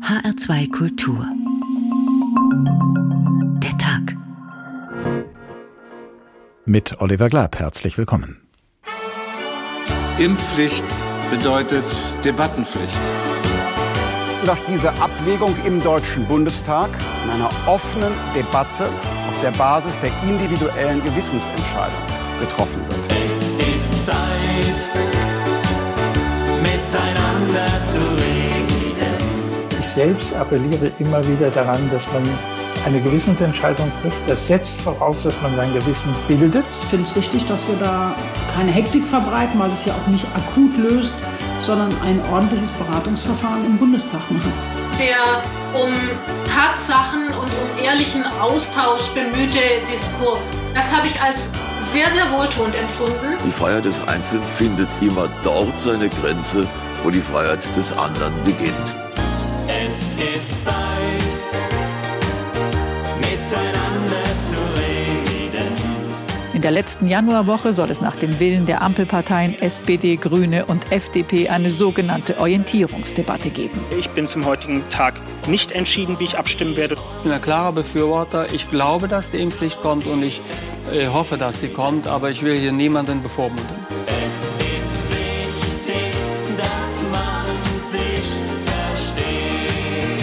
HR2 Kultur. Der Tag. Mit Oliver Glab, herzlich willkommen. Impfpflicht bedeutet Debattenpflicht. Dass diese Abwägung im Deutschen Bundestag in einer offenen Debatte auf der Basis der individuellen Gewissensentscheidung getroffen wird. Es ist Zeit, miteinander zu reden. Ich selbst appelliere immer wieder daran, dass man eine Gewissensentscheidung trifft. Das setzt voraus, dass man sein Gewissen bildet. Ich finde es wichtig, dass wir da keine Hektik verbreiten, weil es ja auch nicht akut löst, sondern ein ordentliches Beratungsverfahren im Bundestag machen. Der um Tatsachen und um ehrlichen Austausch bemühte Diskurs, das habe ich als sehr, sehr wohltuend empfunden. Die Freiheit des Einzelnen findet immer dort seine Grenze, wo die Freiheit des anderen beginnt. Es ist Zeit, miteinander zu reden. In der letzten Januarwoche soll es nach dem Willen der Ampelparteien SPD, Grüne und FDP eine sogenannte Orientierungsdebatte geben. Ich bin zum heutigen Tag nicht entschieden, wie ich abstimmen werde. Ich bin ein klarer Befürworter. Ich glaube, dass die Impfpflicht kommt und ich hoffe, dass sie kommt, aber ich will hier niemanden bevormunden. Es ist wichtig, dass man sich versteht.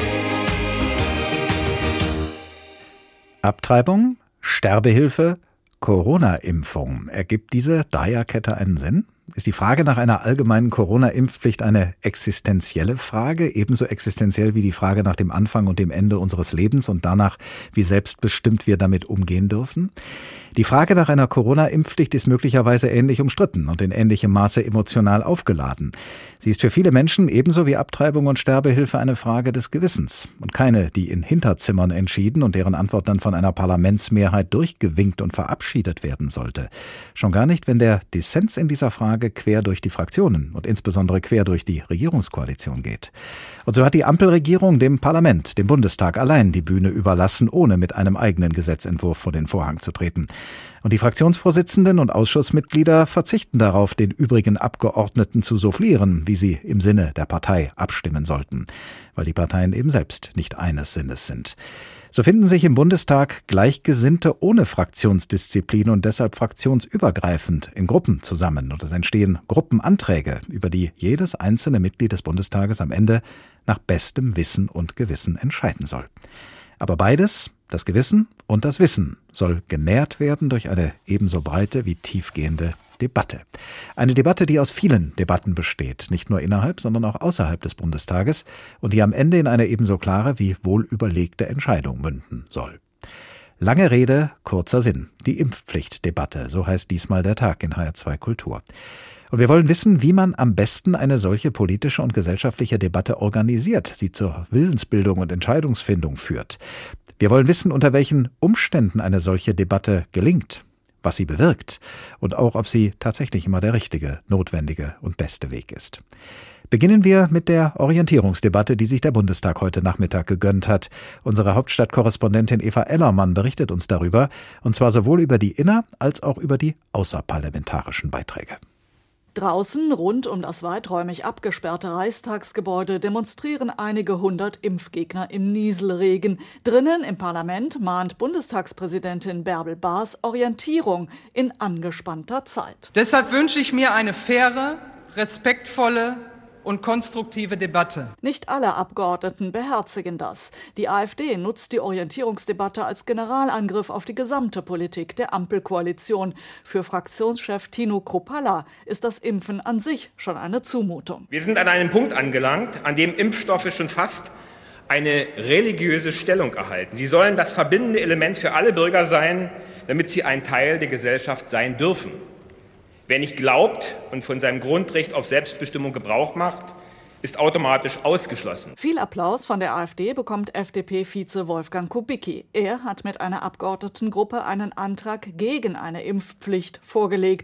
Abtreibung, Sterbehilfe, Corona-Impfung. Ergibt diese Dreierkette einen Sinn? Ist die Frage nach einer allgemeinen Corona-Impfpflicht eine existenzielle Frage, ebenso existenziell wie die Frage nach dem Anfang und dem Ende unseres Lebens und danach, wie selbstbestimmt wir damit umgehen dürfen? Die Frage nach einer Corona-Impfpflicht ist möglicherweise ähnlich umstritten und in ähnlichem Maße emotional aufgeladen. Sie ist für viele Menschen ebenso wie Abtreibung und Sterbehilfe eine Frage des Gewissens und keine, die in Hinterzimmern entschieden und deren Antwort dann von einer Parlamentsmehrheit durchgewinkt und verabschiedet werden sollte. Schon gar nicht, wenn der Dissens in dieser Frage quer durch die Fraktionen und insbesondere quer durch die Regierungskoalition geht. Und so hat die Ampelregierung dem Parlament, dem Bundestag allein die Bühne überlassen, ohne mit einem eigenen Gesetzentwurf vor den Vorhang zu treten. Und die Fraktionsvorsitzenden und Ausschussmitglieder verzichten darauf, den übrigen Abgeordneten zu soufflieren, wie sie im Sinne der Partei abstimmen sollten, weil die Parteien eben selbst nicht eines Sinnes sind. So finden sich im Bundestag Gleichgesinnte ohne Fraktionsdisziplin und deshalb fraktionsübergreifend in Gruppen zusammen. Und es entstehen Gruppenanträge, über die jedes einzelne Mitglied des Bundestages am Ende nach bestem Wissen und Gewissen entscheiden soll. Aber beides, das Gewissen und das Wissen, soll genährt werden durch eine ebenso breite wie tiefgehende Debatte. Eine Debatte, die aus vielen Debatten besteht, nicht nur innerhalb, sondern auch außerhalb des Bundestages und die am Ende in eine ebenso klare wie wohlüberlegte Entscheidung münden soll. Lange Rede, kurzer Sinn. Die Impfpflichtdebatte, so heißt diesmal der Tag in HR2 Kultur. Und wir wollen wissen, wie man am besten eine solche politische und gesellschaftliche Debatte organisiert, sie zur Willensbildung und Entscheidungsfindung führt. Wir wollen wissen, unter welchen Umständen eine solche Debatte gelingt, was sie bewirkt und auch, ob sie tatsächlich immer der richtige, notwendige und beste Weg ist. Beginnen wir mit der Orientierungsdebatte, die sich der Bundestag heute Nachmittag gegönnt hat. Unsere Hauptstadtkorrespondentin Eva Ellermann berichtet uns darüber, und zwar sowohl über die inner- als auch über die außerparlamentarischen Beiträge. Draußen, rund um das weiträumig abgesperrte Reichstagsgebäude, demonstrieren einige hundert Impfgegner im Nieselregen. Drinnen im Parlament mahnt Bundestagspräsidentin Bärbel Baas Orientierung in angespannter Zeit. Deshalb wünsche ich mir eine faire, respektvolle und konstruktive Debatte. Nicht alle Abgeordneten beherzigen das. Die AfD nutzt die Orientierungsdebatte als Generalangriff auf die gesamte Politik der Ampelkoalition. Für Fraktionschef Tino Kruppalla ist das Impfen an sich schon eine Zumutung. Wir sind an einem Punkt angelangt, an dem Impfstoffe schon fast eine religiöse Stellung erhalten. Sie sollen das verbindende Element für alle Bürger sein, damit sie ein Teil der Gesellschaft sein dürfen. Wer nicht glaubt und von seinem Grundrecht auf Selbstbestimmung Gebrauch macht, ist automatisch ausgeschlossen. Viel Applaus von der AfD bekommt FDP-Vize Wolfgang Kubicki. Er hat mit einer Abgeordnetengruppe einen Antrag gegen eine Impfpflicht vorgelegt.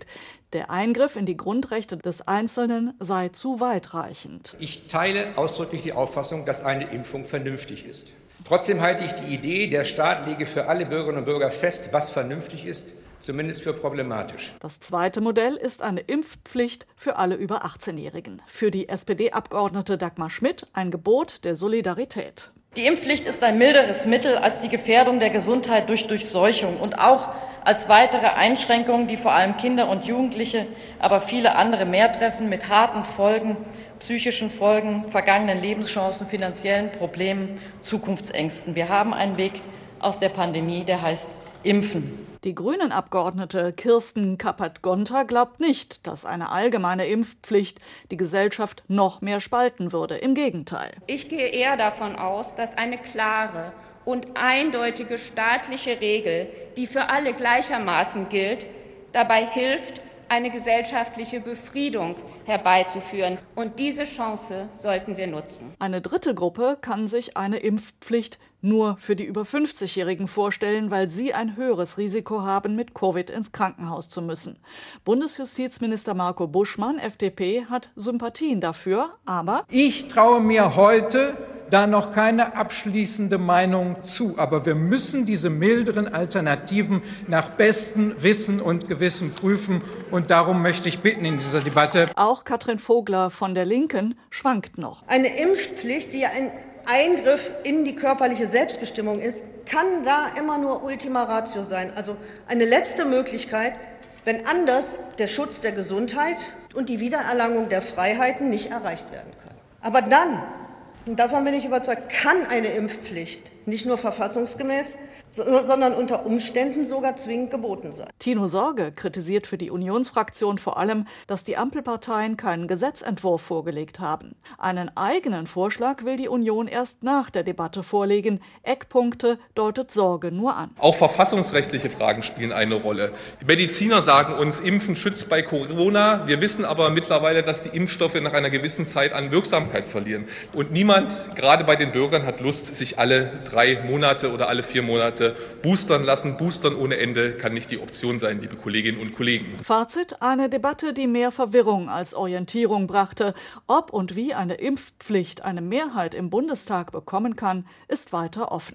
Der Eingriff in die Grundrechte des Einzelnen sei zu weitreichend. Ich teile ausdrücklich die Auffassung, dass eine Impfung vernünftig ist. Trotzdem halte ich die Idee, der Staat lege für alle Bürgerinnen und Bürger fest, was vernünftig ist, zumindest für problematisch. Das zweite Modell ist eine Impfpflicht für alle über 18-Jährigen. Für die SPD-Abgeordnete Dagmar Schmidt ein Gebot der Solidarität. Die Impfpflicht ist ein milderes Mittel als die Gefährdung der Gesundheit durch Durchseuchung und auch als weitere Einschränkungen, die vor allem Kinder und Jugendliche, aber viele andere mehr treffen, mit harten Folgen, psychischen Folgen, vergangenen Lebenschancen, finanziellen Problemen, Zukunftsängsten. Wir haben einen Weg aus der Pandemie, der heißt Impfen. Die Grünen-Abgeordnete Kirsten Kappert-Gonter glaubt nicht, dass eine allgemeine Impfpflicht die Gesellschaft noch mehr spalten würde. Im Gegenteil. Ich gehe eher davon aus, dass eine klare und eindeutige staatliche Regel, die für alle gleichermaßen gilt, dabei hilft, eine gesellschaftliche Befriedung herbeizuführen. Und diese Chance sollten wir nutzen. Eine dritte Gruppe kann sich eine Impfpflicht nur für die über 50-Jährigen vorstellen, weil sie ein höheres Risiko haben, mit Covid ins Krankenhaus zu müssen. Bundesjustizminister Marco Buschmann, FDP, hat Sympathien dafür, aber ich traue mir heute da noch keine abschließende Meinung zu. Aber wir müssen diese milderen Alternativen nach bestem Wissen und Gewissen prüfen. Und darum möchte ich bitten in dieser Debatte. Auch Katrin Vogler von der Linken schwankt noch. Eine Impfpflicht, die ein Eingriff in die körperliche Selbstbestimmung ist, kann da immer nur Ultima Ratio sein. Also eine letzte Möglichkeit, wenn anders der Schutz der Gesundheit und die Wiedererlangung der Freiheiten nicht erreicht werden können. Aber dann, und davon bin ich überzeugt, kann eine Impfpflicht nicht nur verfassungsgemäß, sondern unter Umständen sogar zwingend geboten sein. Tino Sorge kritisiert für die Unionsfraktion vor allem, dass die Ampelparteien keinen Gesetzentwurf vorgelegt haben. Einen eigenen Vorschlag will die Union erst nach der Debatte vorlegen. Eckpunkte deutet Sorge nur an. Auch verfassungsrechtliche Fragen spielen eine Rolle. Die Mediziner sagen uns, Impfen schützt bei Corona. Wir wissen aber mittlerweile, dass die Impfstoffe nach einer gewissen Zeit an Wirksamkeit verlieren. Und niemand, gerade bei den Bürgern, hat Lust, sich alle 3 Monate oder alle 4 Monate boostern lassen. Boostern ohne Ende kann nicht die Option sein, liebe Kolleginnen und Kollegen. Fazit: eine Debatte, die mehr Verwirrung als Orientierung brachte. Ob und wie eine Impfpflicht eine Mehrheit im Bundestag bekommen kann, ist weiter offen.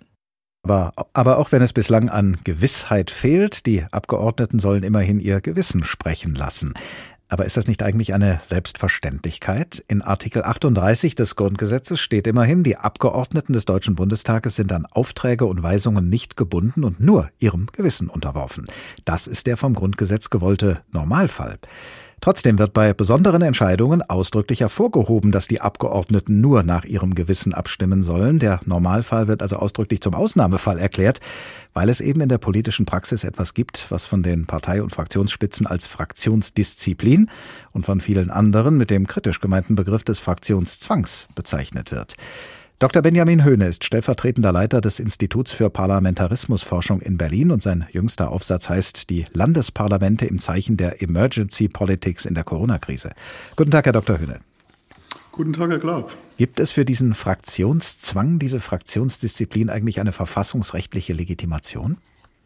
Aber auch wenn es bislang an Gewissheit fehlt, die Abgeordneten sollen immerhin ihr Gewissen sprechen lassen. Aber ist das nicht eigentlich eine Selbstverständlichkeit? In Artikel 38 des Grundgesetzes steht immerhin, die Abgeordneten des Deutschen Bundestages sind an Aufträge und Weisungen nicht gebunden und nur ihrem Gewissen unterworfen. Das ist der vom Grundgesetz gewollte Normalfall. Trotzdem wird bei besonderen Entscheidungen ausdrücklich hervorgehoben, dass die Abgeordneten nur nach ihrem Gewissen abstimmen sollen. Der Normalfall wird also ausdrücklich zum Ausnahmefall erklärt, weil es eben in der politischen Praxis etwas gibt, was von den Partei- und Fraktionsspitzen als Fraktionsdisziplin und von vielen anderen mit dem kritisch gemeinten Begriff des Fraktionszwangs bezeichnet wird. Dr. Benjamin Höhne ist stellvertretender Leiter des Instituts für Parlamentarismusforschung in Berlin und sein jüngster Aufsatz heißt »Die Landesparlamente im Zeichen der Emergency Politics in der Corona-Krise«. Guten Tag, Herr Dr. Höhne. Guten Tag, Herr Glaub. Gibt es für diesen Fraktionszwang, diese Fraktionsdisziplin eigentlich eine verfassungsrechtliche Legitimation?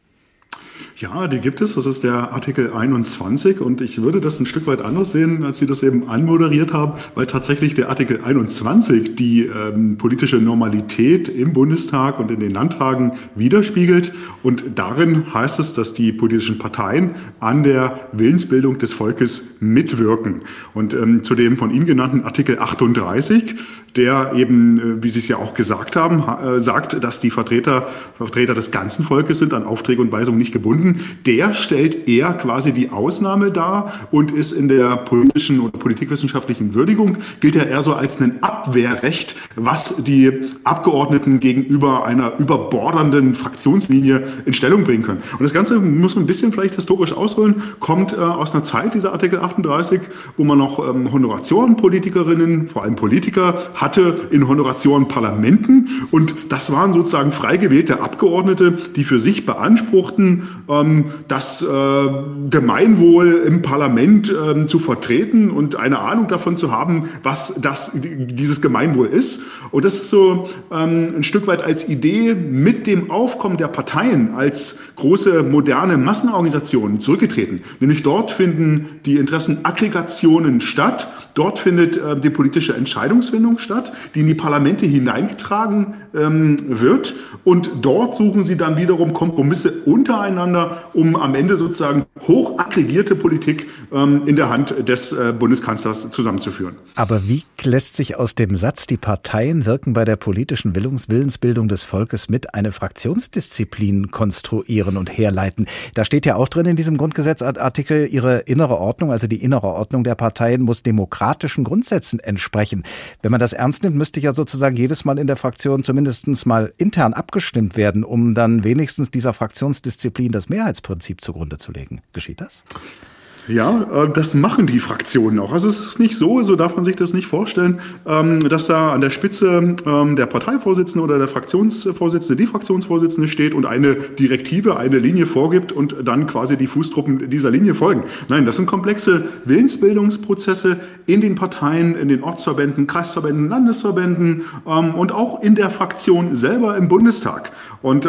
Ja, die gibt es. Das ist der Artikel 21 und ich würde das ein Stück weit anders sehen, als Sie das eben anmoderiert haben, weil tatsächlich der Artikel 21 die politische Normalität im Bundestag und in den Landtagen widerspiegelt und darin heißt es, dass die politischen Parteien an der Willensbildung des Volkes mitwirken. Und zu dem von Ihnen genannten Artikel 38, der eben, wie Sie es ja auch gesagt haben, sagt, dass die Vertreter des ganzen Volkes sind, an Aufträge und Weisungen nicht gebunden. Der stellt eher quasi die Ausnahme dar und ist in der politischen oder politikwissenschaftlichen Würdigung, gilt er eher so als ein Abwehrrecht, was die Abgeordneten gegenüber einer überbordernden Fraktionslinie in Stellung bringen können. Und das Ganze muss man ein bisschen vielleicht historisch ausholen, kommt aus einer Zeit, dieser Artikel 38, wo man noch Honoratiorenpolitikerinnen, vor allem Politiker hatte in honoratioren Parlamenten. Und das waren sozusagen frei gewählte Abgeordnete, die für sich beanspruchten, das Gemeinwohl im Parlament zu vertreten und eine Ahnung davon zu haben, was dieses Gemeinwohl ist. Und das ist so ein Stück weit als Idee mit dem Aufkommen der Parteien als große moderne Massenorganisationen zurückgetreten. Nämlich dort finden die Interessenaggregationen statt, dort findet die politische Entscheidungsfindung statt, die in die Parlamente hineingetragen wird, und dort suchen sie dann wiederum Kompromisse untereinander, um am Ende sozusagen hoch aggregierte Politik in der Hand des Bundeskanzlers zusammenzuführen. Aber wie lässt sich aus dem Satz, die Parteien wirken bei der politischen Willensbildung des Volkes mit, eine Fraktionsdisziplin konstruieren und herleiten? Da steht ja auch drin in diesem Grundgesetzartikel, ihre innere Ordnung, also die innere Ordnung der Parteien, muss demokratischen Grundsätzen entsprechen. Wenn man das ernst nimmt, müsste ja sozusagen jedes Mal in der Fraktion zumindest mal intern abgestimmt werden, um dann wenigstens dieser Fraktionsdisziplin das Mehrheitsprinzip zugrunde zu legen. Geschieht das? Ja, das machen die Fraktionen auch. Also es ist nicht so darf man sich das nicht vorstellen, dass da an der Spitze der Parteivorsitzende oder der Fraktionsvorsitzende, die Fraktionsvorsitzende steht und eine Direktive, eine Linie vorgibt und dann quasi die Fußtruppen dieser Linie folgen. Nein, das sind komplexe Willensbildungsprozesse in den Parteien, in den Ortsverbänden, Kreisverbänden, Landesverbänden und auch in der Fraktion selber im Bundestag. Und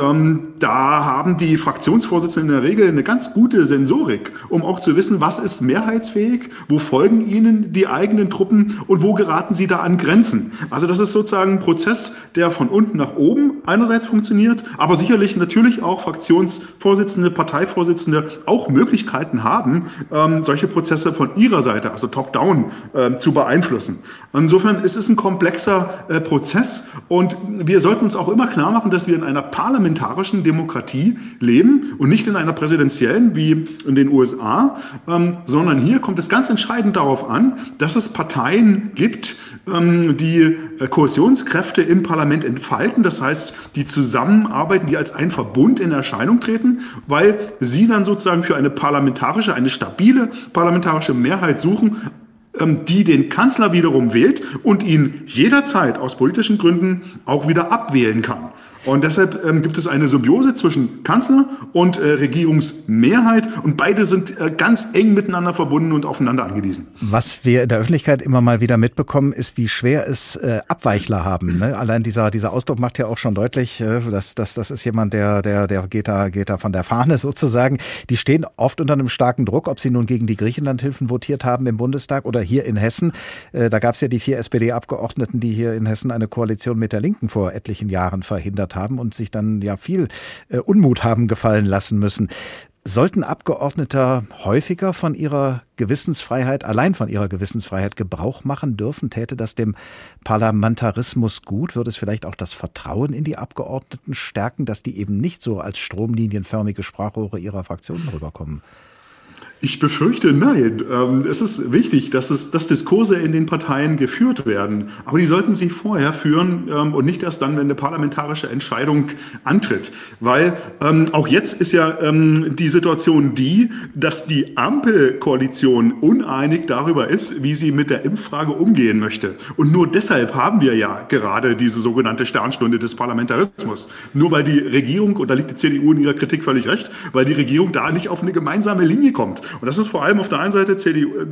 da haben die Fraktionsvorsitzenden in der Regel eine ganz gute Sensorik, um auch zu wissen, was ist mehrheitsfähig, wo folgen ihnen die eigenen Truppen und wo geraten sie da an Grenzen. Also das ist sozusagen ein Prozess, der von unten nach oben einerseits funktioniert, aber sicherlich natürlich auch Fraktionsvorsitzende, Parteivorsitzende auch Möglichkeiten haben, solche Prozesse von ihrer Seite, also top-down, zu beeinflussen. Insofern ist es ein komplexer Prozess, und wir sollten uns auch immer klar machen, dass wir in einer parlamentarischen Demokratie leben und nicht in einer präsidentiellen wie in den USA, sondern hier kommt es ganz entscheidend darauf an, dass es Parteien gibt, die Kohäsionskräfte im Parlament entfalten, das heißt, die zusammenarbeiten, die als ein Verbund in Erscheinung treten, weil sie dann sozusagen für eine stabile parlamentarische Mehrheit suchen, die den Kanzler wiederum wählt und ihn jederzeit aus politischen Gründen auch wieder abwählen kann. Und deshalb gibt es eine Symbiose zwischen Kanzler und Regierungsmehrheit, und beide sind ganz eng miteinander verbunden und aufeinander angewiesen. Was wir in der Öffentlichkeit immer mal wieder mitbekommen, ist, wie schwer es Abweichler haben. Ne? Allein dieser Ausdruck macht ja auch schon deutlich, das ist jemand, der geht da von der Fahne sozusagen. Die stehen oft unter einem starken Druck, ob sie nun gegen die Griechenlandhilfen votiert haben im Bundestag oder hier in Hessen. Da gab es ja die 4 SPD-Abgeordneten, die hier in Hessen eine Koalition mit der Linken vor etlichen Jahren verhindert haben und sich dann ja viel Unmut haben gefallen lassen müssen. Sollten Abgeordnete häufiger von ihrer Gewissensfreiheit, allein von ihrer Gewissensfreiheit Gebrauch machen dürfen? Täte das dem Parlamentarismus gut? Würde es vielleicht auch das Vertrauen in die Abgeordneten stärken, dass die eben nicht so als stromlinienförmige Sprachrohre ihrer Fraktionen rüberkommen? Ich befürchte, nein. Es ist wichtig, dass Diskurse in den Parteien geführt werden. Aber die sollten sie vorher führen und nicht erst dann, wenn eine parlamentarische Entscheidung antritt. Weil auch jetzt ist ja die Situation dass die Ampelkoalition uneinig darüber ist, wie sie mit der Impffrage umgehen möchte. Und nur deshalb haben wir ja gerade diese sogenannte Sternstunde des Parlamentarismus. Nur weil die Regierung, und da liegt die CDU in ihrer Kritik völlig recht, weil die Regierung da nicht auf eine gemeinsame Linie kommt. Und das ist vor allem auf der einen Seite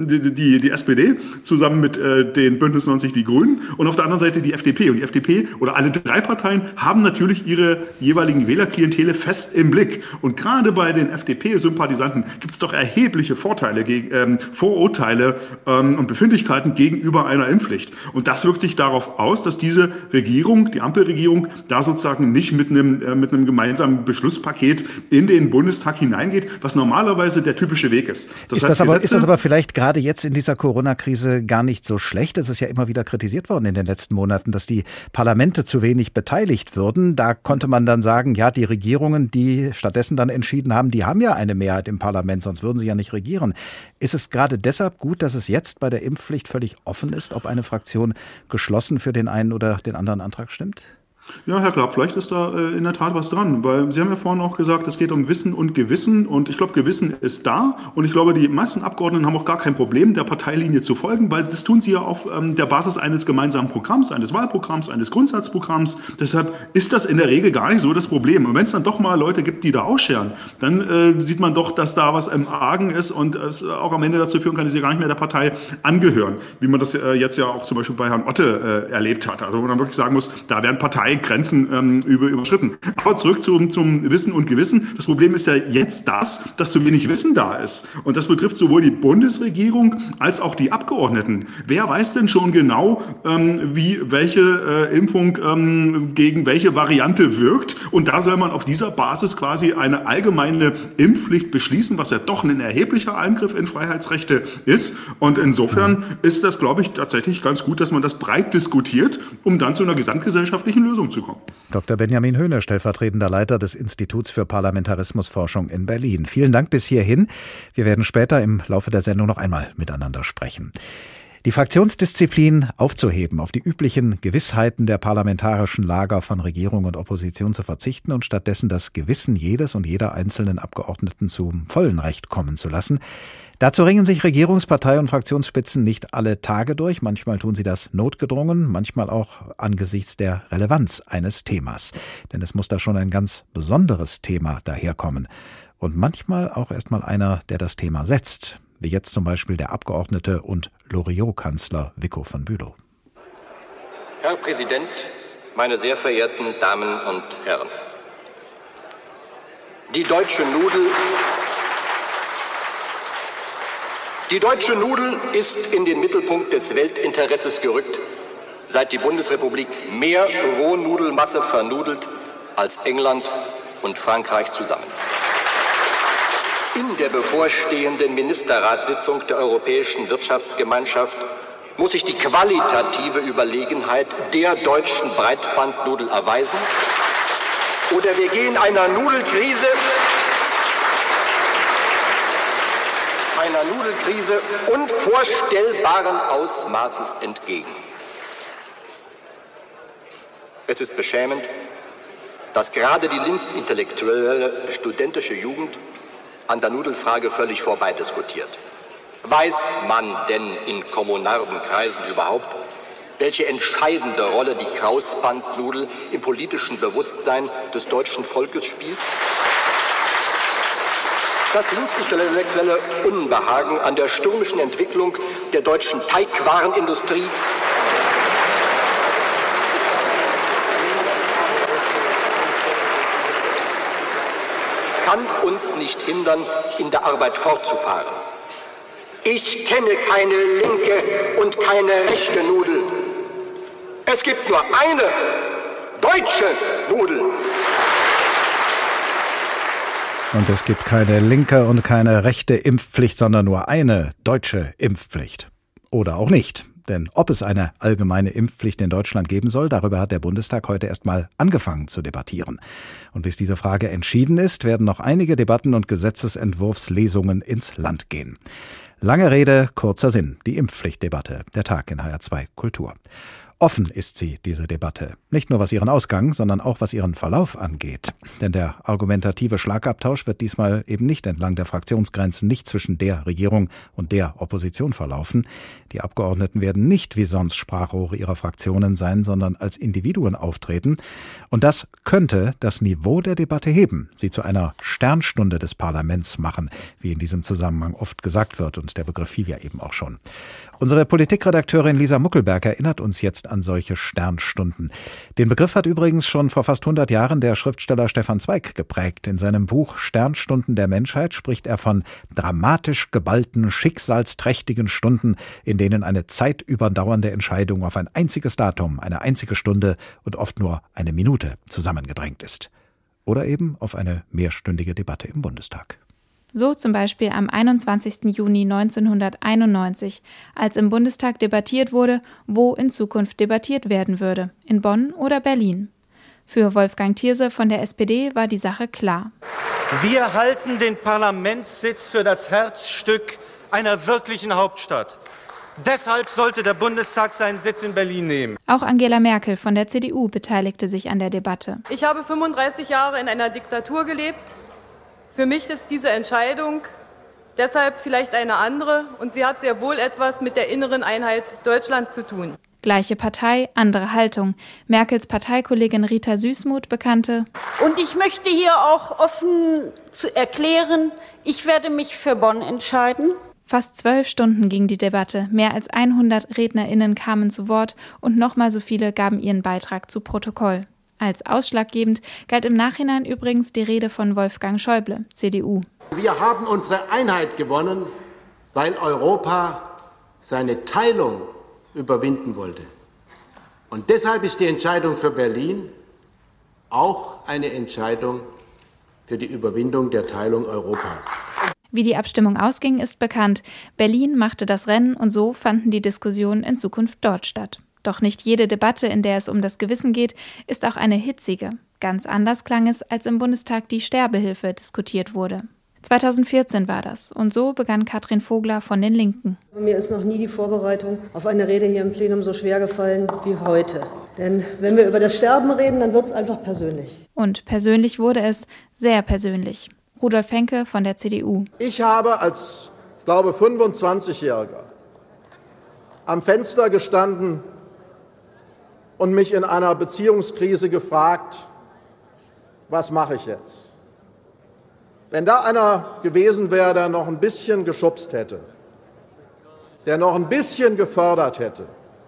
die SPD zusammen mit den Bündnis 90 Die Grünen und auf der anderen Seite die FDP. Und die FDP oder alle 3 Parteien haben natürlich ihre jeweiligen Wählerklientele fest im Blick. Und gerade bei den FDP-Sympathisanten gibt es doch erhebliche Vorurteile und Befindlichkeiten gegenüber einer Impfpflicht. Und das wirkt sich darauf aus, dass diese Regierung, die Ampelregierung, da sozusagen nicht mit einem gemeinsamen Beschlusspaket in den Bundestag hineingeht, was normalerweise der typische Weg ist. Ist das aber vielleicht gerade jetzt in dieser Corona-Krise gar nicht so schlecht? Es ist ja immer wieder kritisiert worden in den letzten Monaten, dass die Parlamente zu wenig beteiligt würden. Da konnte man dann sagen, ja, die Regierungen, die stattdessen dann entschieden haben, die haben ja eine Mehrheit im Parlament, sonst würden sie ja nicht regieren. Ist es gerade deshalb gut, dass es jetzt bei der Impfpflicht völlig offen ist, ob eine Fraktion geschlossen für den einen oder den anderen Antrag stimmt? Ja, Herr Klapp, vielleicht ist da in der Tat was dran, weil Sie haben ja vorhin auch gesagt, es geht um Wissen und Gewissen und ich glaube, Gewissen ist da und ich glaube, die meisten Abgeordneten haben auch gar kein Problem, der Parteilinie zu folgen, weil das tun sie ja auf der Basis eines gemeinsamen Programms, eines Wahlprogramms, eines Grundsatzprogramms. Deshalb ist das in der Regel gar nicht so das Problem. Und wenn es dann doch mal Leute gibt, die da ausscheren, dann sieht man doch, dass da was im Argen ist und es auch am Ende dazu führen kann, dass sie gar nicht mehr der Partei angehören, wie man das jetzt ja auch zum Beispiel bei Herrn Otte erlebt hat. Also wo man dann wirklich sagen muss, da werden Parteigrenzen überschritten. Aber zurück zum Wissen und Gewissen. Das Problem ist ja jetzt dass zu wenig Wissen da ist. Und das betrifft sowohl die Bundesregierung als auch die Abgeordneten. Wer weiß denn schon genau, wie welche Impfung gegen welche Variante wirkt? Und da soll man auf dieser Basis quasi eine allgemeine Impfpflicht beschließen, was ja doch ein erheblicher Eingriff in Freiheitsrechte ist. Und insofern ist das, glaube ich, tatsächlich ganz gut, dass man das breit diskutiert, um dann zu einer gesamtgesellschaftlichen Lösung zu kommen. Dr. Benjamin Höhne, stellvertretender Leiter des Instituts für Parlamentarismusforschung in Berlin. Vielen Dank bis hierhin. Wir werden später im Laufe der Sendung noch einmal miteinander sprechen. Die Fraktionsdisziplin aufzuheben, auf die üblichen Gewissheiten der parlamentarischen Lager von Regierung und Opposition zu verzichten und stattdessen das Gewissen jedes und jeder einzelnen Abgeordneten zum vollen Recht kommen zu lassen. Dazu ringen sich Regierungspartei und Fraktionsspitzen nicht alle Tage durch. Manchmal tun sie das notgedrungen, manchmal auch angesichts der Relevanz eines Themas. Denn es muss da schon ein ganz besonderes Thema daherkommen. Und manchmal auch erstmal einer, der das Thema setzt. Wie jetzt zum Beispiel der Abgeordnete und Loriot-Kanzler Wicko von Bülow. Herr Präsident, meine sehr verehrten Damen und Herren. Die deutsche Nudel ist in den Mittelpunkt des Weltinteresses gerückt, seit die Bundesrepublik mehr Rohnudelmasse vernudelt als England und Frankreich zusammen. In der bevorstehenden Ministerratssitzung der Europäischen Wirtschaftsgemeinschaft muss sich die qualitative Überlegenheit der deutschen Breitbandnudel erweisen, oder wir gehen einer Nudelkrise unvorstellbaren Ausmaßes entgegen. Es ist beschämend, dass gerade die linksintellektuelle studentische Jugend an der Nudelfrage völlig vorbeidiskutiert. Weiß man denn in kommunarden Kreisen überhaupt, welche entscheidende Rolle die Krausbandnudel im politischen Bewusstsein des deutschen Volkes spielt? Das linksintellektuelle Unbehagen an der stürmischen Entwicklung der deutschen Teigwarenindustrie kann uns nicht hindern, in der Arbeit fortzufahren. Ich kenne keine linke und keine rechte Nudel. Es gibt nur eine deutsche Nudel. Und es gibt keine linke und keine rechte Impfpflicht, sondern nur eine deutsche Impfpflicht. Oder auch nicht. Denn ob es eine allgemeine Impfpflicht in Deutschland geben soll, darüber hat der Bundestag heute erst mal angefangen zu debattieren. Und bis diese Frage entschieden ist, werden noch einige Debatten und Gesetzesentwurfslesungen ins Land gehen. Lange Rede, kurzer Sinn. Die Impfpflichtdebatte. Der Tag in HR2 Kultur. Offen ist sie, diese Debatte. Nicht nur was ihren Ausgang, sondern auch was ihren Verlauf angeht. Denn der argumentative Schlagabtausch wird diesmal eben nicht entlang der Fraktionsgrenzen, nicht zwischen der Regierung und der Opposition verlaufen. Die Abgeordneten werden nicht wie sonst Sprachrohre ihrer Fraktionen sein, sondern als Individuen auftreten. Und das könnte das Niveau der Debatte heben, sie zu einer Sternstunde des Parlaments machen, wie in diesem Zusammenhang oft gesagt wird. Und der Begriff fiel ja eben auch schon. Unsere Politikredakteurin Lisa Muckelberg erinnert uns jetzt an solche Sternstunden. Den Begriff hat übrigens schon vor fast 100 Jahren der Schriftsteller Stefan Zweig geprägt. In seinem Buch Sternstunden der Menschheit spricht er von dramatisch geballten, schicksalsträchtigen Stunden, in denen eine zeitüberdauernde Entscheidung auf ein einziges Datum, eine einzige Stunde und oft nur eine Minute zusammengedrängt ist. Oder eben auf eine mehrstündige Debatte im Bundestag. So zum Beispiel am 21. Juni 1991, als im Bundestag debattiert wurde, wo in Zukunft debattiert werden würde, in Bonn oder Berlin. Für Wolfgang Thierse von der SPD war die Sache klar. Wir halten den Parlamentssitz für das Herzstück einer wirklichen Hauptstadt. Deshalb sollte der Bundestag seinen Sitz in Berlin nehmen. Auch Angela Merkel von der CDU beteiligte sich an der Debatte. Ich habe 35 Jahre in einer Diktatur gelebt. Für mich ist diese Entscheidung deshalb vielleicht eine andere und sie hat sehr wohl etwas mit der inneren Einheit Deutschlands zu tun. Gleiche Partei, andere Haltung. Merkels Parteikollegin Rita Süssmuth bekannte: Und ich möchte hier auch offen erklären, ich werde mich für Bonn entscheiden. Fast 12 Stunden ging die Debatte. Mehr als 100 RednerInnen kamen zu Wort und nochmal so viele gaben ihren Beitrag zu Protokoll. Als ausschlaggebend galt im Nachhinein übrigens die Rede von Wolfgang Schäuble, CDU. Wir haben unsere Einheit gewonnen, weil Europa seine Teilung überwinden wollte. Und deshalb ist die Entscheidung für Berlin auch eine Entscheidung für die Überwindung der Teilung Europas. Wie die Abstimmung ausging, ist bekannt. Berlin machte das Rennen und so fanden die Diskussionen in Zukunft dort statt. Doch nicht jede Debatte, in der es um das Gewissen geht, ist auch eine hitzige. Ganz anders klang es, als im Bundestag die Sterbehilfe diskutiert wurde. 2014 war das und so begann Katrin Vogler von den Linken. Mir ist noch nie die Vorbereitung auf eine Rede hier im Plenum so schwer gefallen wie heute. Denn wenn wir über das Sterben reden, dann wird es einfach persönlich. Und persönlich wurde es, sehr persönlich. Rudolf Henke von der CDU. Ich habe als, glaube 25-Jähriger am Fenster gestanden und mich in einer Beziehungskrise gefragt, was mache ich jetzt? Wenn da einer gewesen wäre, der noch ein bisschen geschubst hätte, der noch ein bisschen gefördert hätte,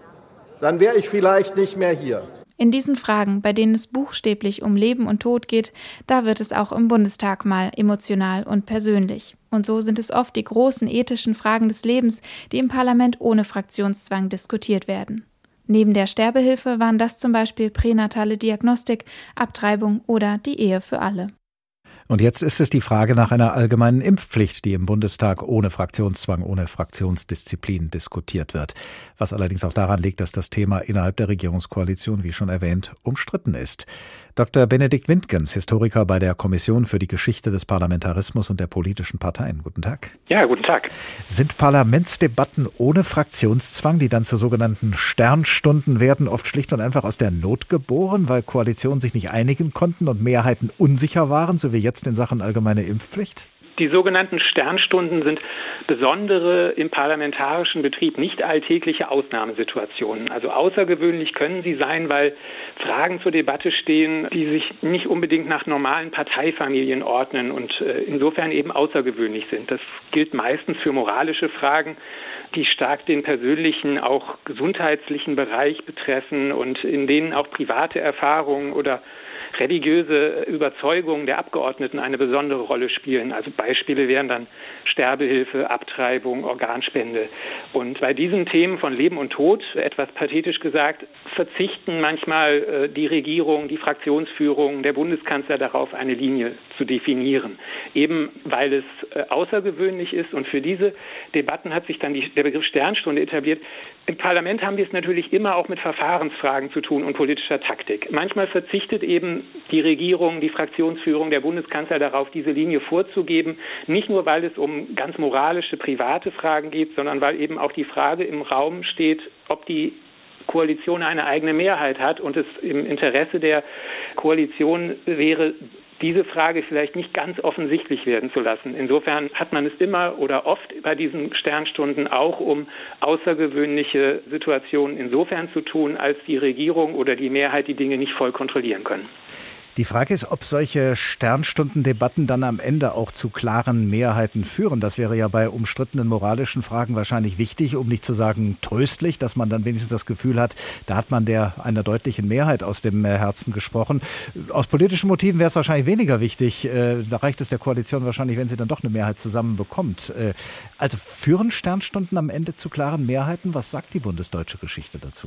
dann wäre ich vielleicht nicht mehr hier. In diesen Fragen, bei denen es buchstäblich um Leben und Tod geht, da wird es auch im Bundestag mal emotional und persönlich. Und so sind es oft die großen ethischen Fragen des Lebens, die im Parlament ohne Fraktionszwang diskutiert werden. Neben der Sterbehilfe waren das zum Beispiel pränatale Diagnostik, Abtreibung oder die Ehe für alle. Und jetzt ist es die Frage nach einer allgemeinen Impfpflicht, die im Bundestag ohne Fraktionszwang, ohne Fraktionsdisziplin diskutiert wird. Was allerdings auch daran liegt, dass das Thema innerhalb der Regierungskoalition, wie schon erwähnt, umstritten ist. Dr. Benedikt Wintgens, Historiker bei der Kommission für die Geschichte des Parlamentarismus und der politischen Parteien. Guten Tag. Ja, guten Tag. Sind Parlamentsdebatten ohne Fraktionszwang, die dann zu sogenannten Sternstunden werden, oft schlicht und einfach aus der Not geboren, weil Koalitionen sich nicht einigen konnten und Mehrheiten unsicher waren, so wie jetzt in Sachen allgemeine Impfpflicht? Die sogenannten Sternstunden sind besondere im parlamentarischen Betrieb, nicht alltägliche Ausnahmesituationen. Also außergewöhnlich können sie sein, weil Fragen zur Debatte stehen, die sich nicht unbedingt nach normalen Parteifamilien ordnen und insofern eben außergewöhnlich sind. Das gilt meistens für moralische Fragen, die stark den persönlichen, auch gesundheitlichen Bereich betreffen und in denen auch private Erfahrungen oder religiöse Überzeugungen der Abgeordneten eine besondere Rolle spielen. Also Beispiele wären dann Sterbehilfe, Abtreibung, Organspende. Und bei diesen Themen von Leben und Tod, etwas pathetisch gesagt, verzichten manchmal die Regierung, die Fraktionsführung, der Bundeskanzler darauf, eine Linie zu definieren. Eben weil es außergewöhnlich ist. Und für diese Debatten hat sich dann der Begriff Sternstunde etabliert. Im Parlament haben wir es natürlich immer auch mit Verfahrensfragen zu tun und politischer Taktik. Manchmal verzichtet eben die Regierung, die Fraktionsführung, der Bundeskanzler darauf, diese Linie vorzugeben. Nicht nur, weil es um ganz moralische, private Fragen geht, sondern weil eben auch die Frage im Raum steht, ob die Koalition eine eigene Mehrheit hat und es im Interesse der Koalition wäre, diese Frage vielleicht nicht ganz offensichtlich werden zu lassen. Insofern hat man es immer oder oft bei diesen Sternstunden auch um außergewöhnliche Situationen insofern zu tun, als die Regierung oder die Mehrheit die Dinge nicht voll kontrollieren können. Die Frage ist, ob solche Sternstundendebatten dann am Ende auch zu klaren Mehrheiten führen. Das wäre ja bei umstrittenen moralischen Fragen wahrscheinlich wichtig, um nicht zu sagen tröstlich, dass man dann wenigstens das Gefühl hat, da hat man einer deutlichen Mehrheit aus dem Herzen gesprochen. Aus politischen Motiven wäre es wahrscheinlich weniger wichtig. Da reicht es der Koalition wahrscheinlich, wenn sie dann doch eine Mehrheit zusammenbekommt. Also führen Sternstunden am Ende zu klaren Mehrheiten? Was sagt die bundesdeutsche Geschichte dazu?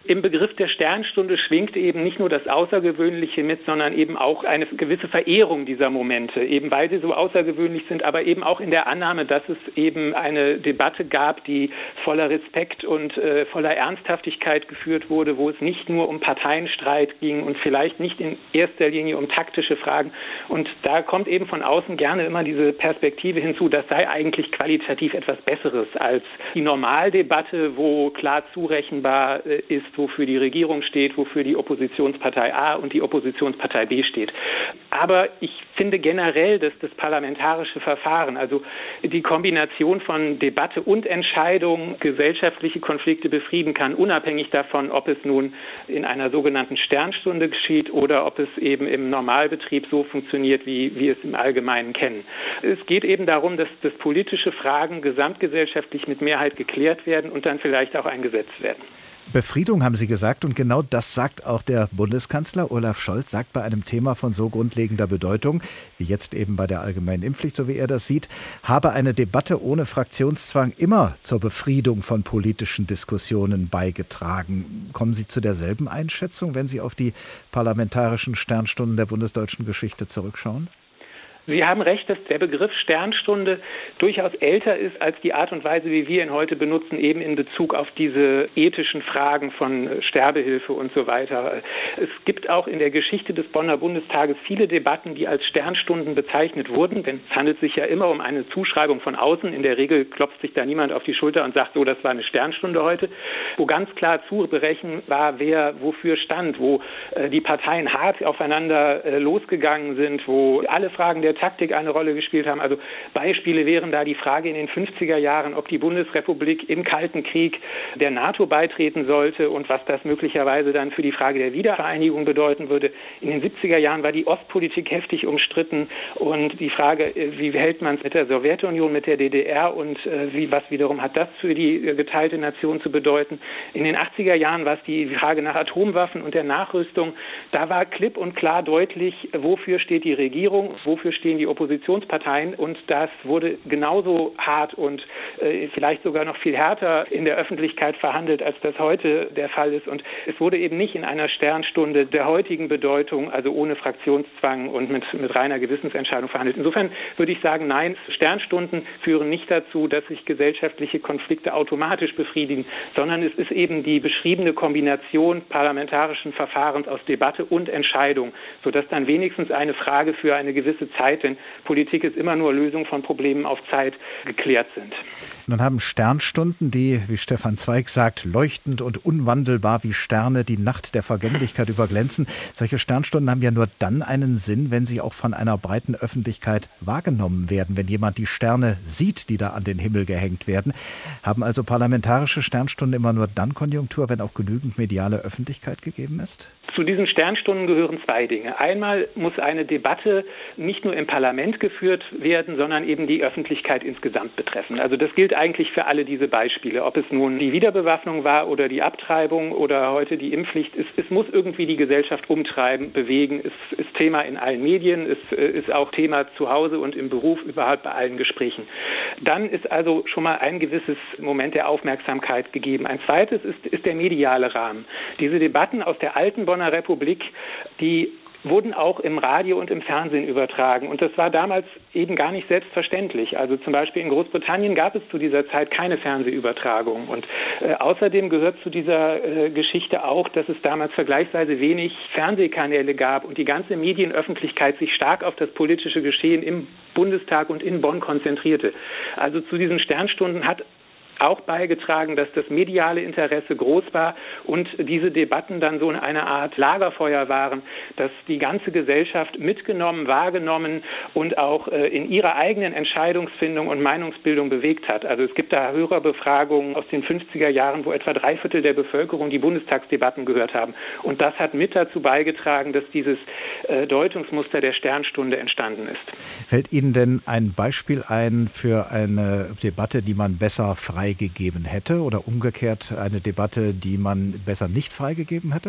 Im Begriff der Sternstunde schwingt eben nicht nur das Außergewöhnliche mit, sondern eben auch eine gewisse Verehrung dieser Momente, eben weil sie so außergewöhnlich sind, aber eben auch in der Annahme, dass es eben eine Debatte gab, die voller Respekt und voller Ernsthaftigkeit geführt wurde, wo es nicht nur um Parteienstreit ging und vielleicht nicht in erster Linie um taktische Fragen. Und da kommt eben von außen gerne immer diese Perspektive hinzu, das sei eigentlich qualitativ etwas Besseres als die Normaldebatte, wo klar zurechenbar ist, wofür die Regierung steht, wofür die Oppositionspartei A und die Oppositionspartei B steht. Aber ich finde generell, dass das parlamentarische Verfahren, also die Kombination von Debatte und Entscheidung, gesellschaftliche Konflikte befrieden kann, unabhängig davon, ob es nun in einer sogenannten Sternstunde geschieht oder ob es eben im Normalbetrieb so funktioniert, wie wir es im Allgemeinen kennen. Es geht eben darum, dass politische Fragen gesamtgesellschaftlich mit Mehrheit geklärt werden und dann vielleicht auch eingesetzt werden. Befriedung haben Sie gesagt, und genau das sagt auch der Bundeskanzler Olaf Scholz, sagt bei einem Thema von so grundlegender Bedeutung, wie jetzt eben bei der allgemeinen Impfpflicht, so wie er das sieht, habe eine Debatte ohne Fraktionszwang immer zur Befriedung von politischen Diskussionen beigetragen. Kommen Sie zu derselben Einschätzung, wenn Sie auf die parlamentarischen Sternstunden der bundesdeutschen Geschichte zurückschauen? Sie haben recht, dass der Begriff Sternstunde durchaus älter ist als die Art und Weise, wie wir ihn heute benutzen, eben in Bezug auf diese ethischen Fragen von Sterbehilfe und so weiter. Es gibt auch in der Geschichte des Bonner Bundestages viele Debatten, die als Sternstunden bezeichnet wurden, denn es handelt sich ja immer um eine Zuschreibung von außen. In der Regel klopft sich da niemand auf die Schulter und sagt, so, das war eine Sternstunde heute, wo ganz klar zu berechnen war, wer wofür stand, wo die Parteien hart aufeinander losgegangen sind, wo alle Fragen der Taktik eine Rolle gespielt haben. Also Beispiele wären da die Frage in den 50er Jahren, ob die Bundesrepublik im Kalten Krieg der NATO beitreten sollte und was das möglicherweise dann für die Frage der Wiedervereinigung bedeuten würde. In den 70er Jahren war die Ostpolitik heftig umstritten und die Frage, wie hält man es mit der Sowjetunion, mit der DDR und was wiederum hat das für die geteilte Nation zu bedeuten. In den 80er Jahren war es die Frage nach Atomwaffen und der Nachrüstung. Da war klipp und klar deutlich, wofür steht die Regierung, wofür stehen die Oppositionsparteien, und das wurde genauso hart und vielleicht sogar noch viel härter in der Öffentlichkeit verhandelt, als das heute der Fall ist. Und es wurde eben nicht in einer Sternstunde der heutigen Bedeutung, also ohne Fraktionszwang und mit reiner Gewissensentscheidung verhandelt. Insofern würde ich sagen, nein, Sternstunden führen nicht dazu, dass sich gesellschaftliche Konflikte automatisch befriedigen, sondern es ist eben die beschriebene Kombination parlamentarischen Verfahrens aus Debatte und Entscheidung, sodass dann wenigstens eine Frage für eine gewisse Zeit, denn Politik ist immer nur Lösung von Problemen auf Zeit, geklärt sind. Nun haben Sternstunden, die, wie Stefan Zweig sagt, leuchtend und unwandelbar wie Sterne die Nacht der Vergänglichkeit überglänzen. Solche Sternstunden haben ja nur dann einen Sinn, wenn sie auch von einer breiten Öffentlichkeit wahrgenommen werden, wenn jemand die Sterne sieht, die da an den Himmel gehängt werden. Haben also parlamentarische Sternstunden immer nur dann Konjunktur, wenn auch genügend mediale Öffentlichkeit gegeben ist? Zu diesen Sternstunden gehören zwei Dinge. Einmal muss eine Debatte nicht nur im Parlament geführt werden, sondern eben die Öffentlichkeit insgesamt betreffen. Also das gilt eigentlich für alle diese Beispiele. Ob es nun die Wiederbewaffnung war oder die Abtreibung oder heute die Impfpflicht, es muss irgendwie die Gesellschaft umtreiben, bewegen. Es ist Thema in allen Medien, es ist auch Thema zu Hause und im Beruf, überhaupt bei allen Gesprächen. Dann ist also schon mal ein gewisses Moment der Aufmerksamkeit gegeben. Ein zweites ist der mediale Rahmen. Diese Debatten aus der alten Bonner Republik, die wurden auch im Radio und im Fernsehen übertragen. Und das war damals eben gar nicht selbstverständlich. Also zum Beispiel in Großbritannien gab es zu dieser Zeit keine Fernsehübertragung. Und außerdem gehört zu dieser Geschichte auch, dass es damals vergleichsweise wenig Fernsehkanäle gab und die ganze Medienöffentlichkeit sich stark auf das politische Geschehen im Bundestag und in Bonn konzentrierte. Also zu diesen Sternstunden hat auch beigetragen, dass das mediale Interesse groß war und diese Debatten dann so eine Art Lagerfeuer waren, dass die ganze Gesellschaft mitgenommen, wahrgenommen und auch in ihrer eigenen Entscheidungsfindung und Meinungsbildung bewegt hat. Also es gibt da Hörerbefragungen aus den 50er Jahren, wo etwa 3/4 der Bevölkerung die Bundestagsdebatten gehört haben. Und das hat mit dazu beigetragen, dass dieses Deutungsmuster der Sternstunde entstanden ist. Fällt Ihnen denn ein Beispiel ein für eine Debatte, die man besser freigegeben hätte oder umgekehrt eine Debatte, die man besser nicht freigegeben hätte?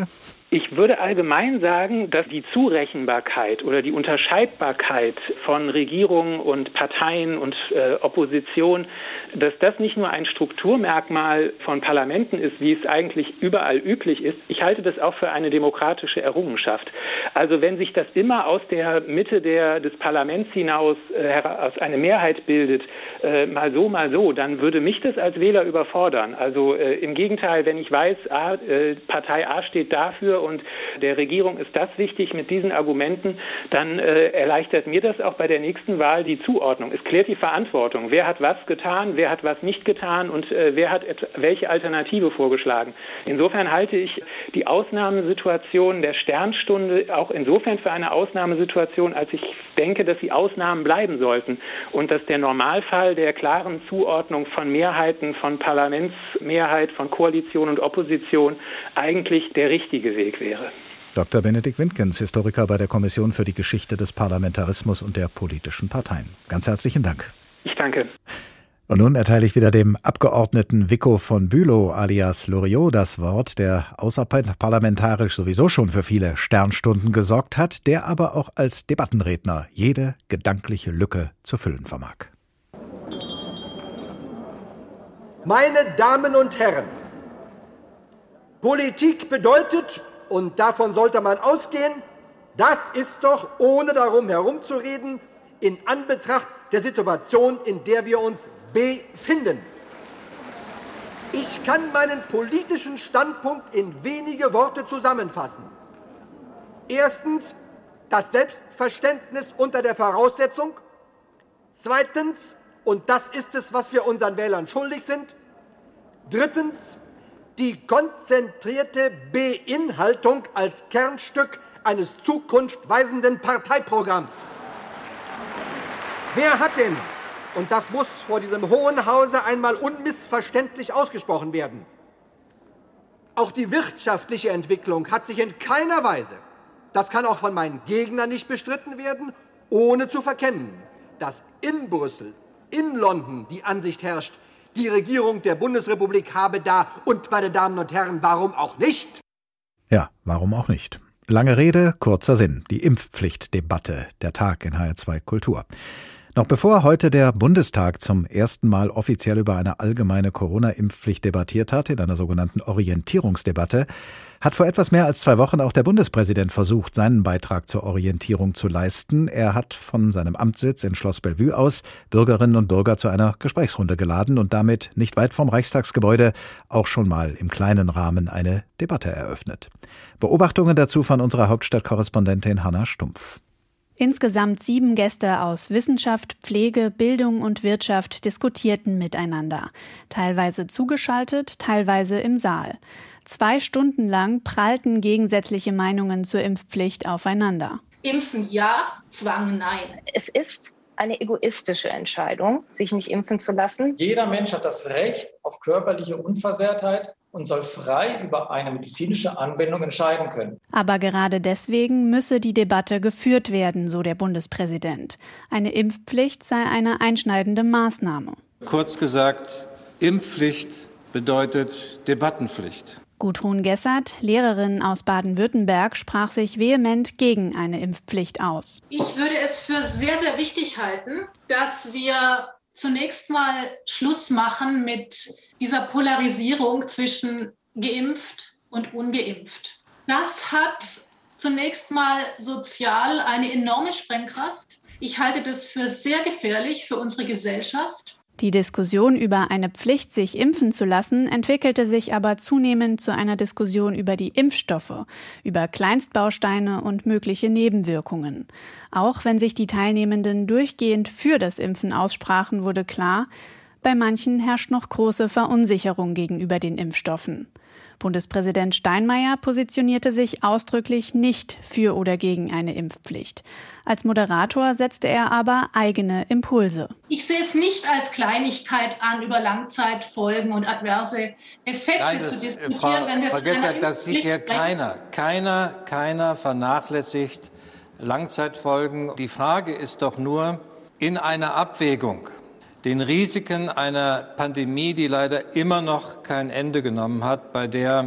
Ich würde allgemein sagen, dass die Zurechenbarkeit oder die Unterscheidbarkeit von Regierungen und Parteien und Opposition, dass das nicht nur ein Strukturmerkmal von Parlamenten ist, wie es eigentlich überall üblich ist. Ich halte das auch für eine demokratische Errungenschaft. Also wenn sich das immer aus der Mitte des Parlaments hinaus aus eine Mehrheit bildet, mal so, dann würde mich das als Wähler überfordern. Also im Gegenteil, wenn ich weiß, Partei A steht dafür und der Regierung ist das wichtig mit diesen Argumenten, dann erleichtert mir das auch bei der nächsten Wahl die Zuordnung. Es klärt die Verantwortung. Wer hat was getan, wer hat was nicht getan und wer hat welche Alternative vorgeschlagen. Insofern halte ich die Ausnahmesituation der Sternstunde auch insofern für eine Ausnahmesituation, als ich denke, dass sie Ausnahmen bleiben sollten und dass der Normalfall der klaren Zuordnung von Mehrheiten, von Parlamentsmehrheit, von Koalition und Opposition eigentlich der richtige Weg wäre. Dr. Benedikt Wintgens, Historiker bei der Kommission für die Geschichte des Parlamentarismus und der politischen Parteien. Ganz herzlichen Dank. Ich danke. Und nun erteile ich wieder dem Abgeordneten Vico von Bülow alias Loriot das Wort, der außerparlamentarisch sowieso schon für viele Sternstunden gesorgt hat, der aber auch als Debattenredner jede gedankliche Lücke zu füllen vermag. Meine Damen und Herren, Politik bedeutet, und davon sollte man ausgehen, das ist doch, ohne darum herumzureden, in Anbetracht der Situation, in der wir uns befinden. Ich kann meinen politischen Standpunkt in wenige Worte zusammenfassen. Erstens, das Selbstverständnis unter der Voraussetzung. Zweitens, und das ist es, was wir unseren Wählern schuldig sind. Drittens, die konzentrierte Beinhaltung als Kernstück eines zukunftsweisenden Parteiprogramms. Wer hat denn, und das muss vor diesem Hohen Hause einmal unmissverständlich ausgesprochen werden, auch die wirtschaftliche Entwicklung hat sich in keiner Weise, das kann auch von meinen Gegnern nicht bestritten werden, ohne zu verkennen, dass in Brüssel, in London die Ansicht herrscht, die Regierung der Bundesrepublik habe da, und meine Damen und Herren, warum auch nicht? Ja, warum auch nicht? Lange Rede, kurzer Sinn. Die Impfpflichtdebatte, der Tag in HR2 Kultur. Noch bevor heute der Bundestag zum ersten Mal offiziell über eine allgemeine Corona-Impfpflicht debattiert hat, in einer sogenannten Orientierungsdebatte, hat vor etwas mehr als 2 Wochen auch der Bundespräsident versucht, seinen Beitrag zur Orientierung zu leisten. Er hat von seinem Amtssitz in Schloss Bellevue aus Bürgerinnen und Bürger zu einer Gesprächsrunde geladen und damit nicht weit vom Reichstagsgebäude auch schon mal im kleinen Rahmen eine Debatte eröffnet. Beobachtungen dazu von unserer Hauptstadtkorrespondentin Hanna Stumpf. Insgesamt 7 Gäste aus Wissenschaft, Pflege, Bildung und Wirtschaft diskutierten miteinander. Teilweise zugeschaltet, teilweise im Saal. 2 Stunden lang prallten gegensätzliche Meinungen zur Impfpflicht aufeinander. Impfen ja, Zwang nein. Es ist eine egoistische Entscheidung, sich nicht impfen zu lassen. Jeder Mensch hat das Recht auf körperliche Unversehrtheit und soll frei über eine medizinische Anwendung entscheiden können. Aber gerade deswegen müsse die Debatte geführt werden, so der Bundespräsident. Eine Impfpflicht sei eine einschneidende Maßnahme. Kurz gesagt, Impfpflicht bedeutet Debattenpflicht. Gudrun Gessert, Lehrerin aus Baden-Württemberg, sprach sich vehement gegen eine Impfpflicht aus. Ich würde es für sehr, sehr wichtig halten, dass wir zunächst mal Schluss machen mit dieser Polarisierung zwischen geimpft und ungeimpft. Das hat zunächst mal sozial eine enorme Sprengkraft. Ich halte das für sehr gefährlich für unsere Gesellschaft. Die Diskussion über eine Pflicht, sich impfen zu lassen, entwickelte sich aber zunehmend zu einer Diskussion über die Impfstoffe, über Kleinstbausteine und mögliche Nebenwirkungen. Auch wenn sich die Teilnehmenden durchgehend für das Impfen aussprachen, wurde klar, bei manchen herrscht noch große Verunsicherung gegenüber den Impfstoffen. Bundespräsident Steinmeier positionierte sich ausdrücklich nicht für oder gegen eine Impfpflicht. Als Moderator setzte er aber eigene Impulse. Ich sehe es nicht als Kleinigkeit an, über Langzeitfolgen und adverse Effekte zu diskutieren. Frau Gessert, das sieht hier keiner. Keiner vernachlässigt Langzeitfolgen. Die Frage ist doch nur, in einer Abwägung den Risiken einer Pandemie, die leider immer noch kein Ende genommen hat, bei der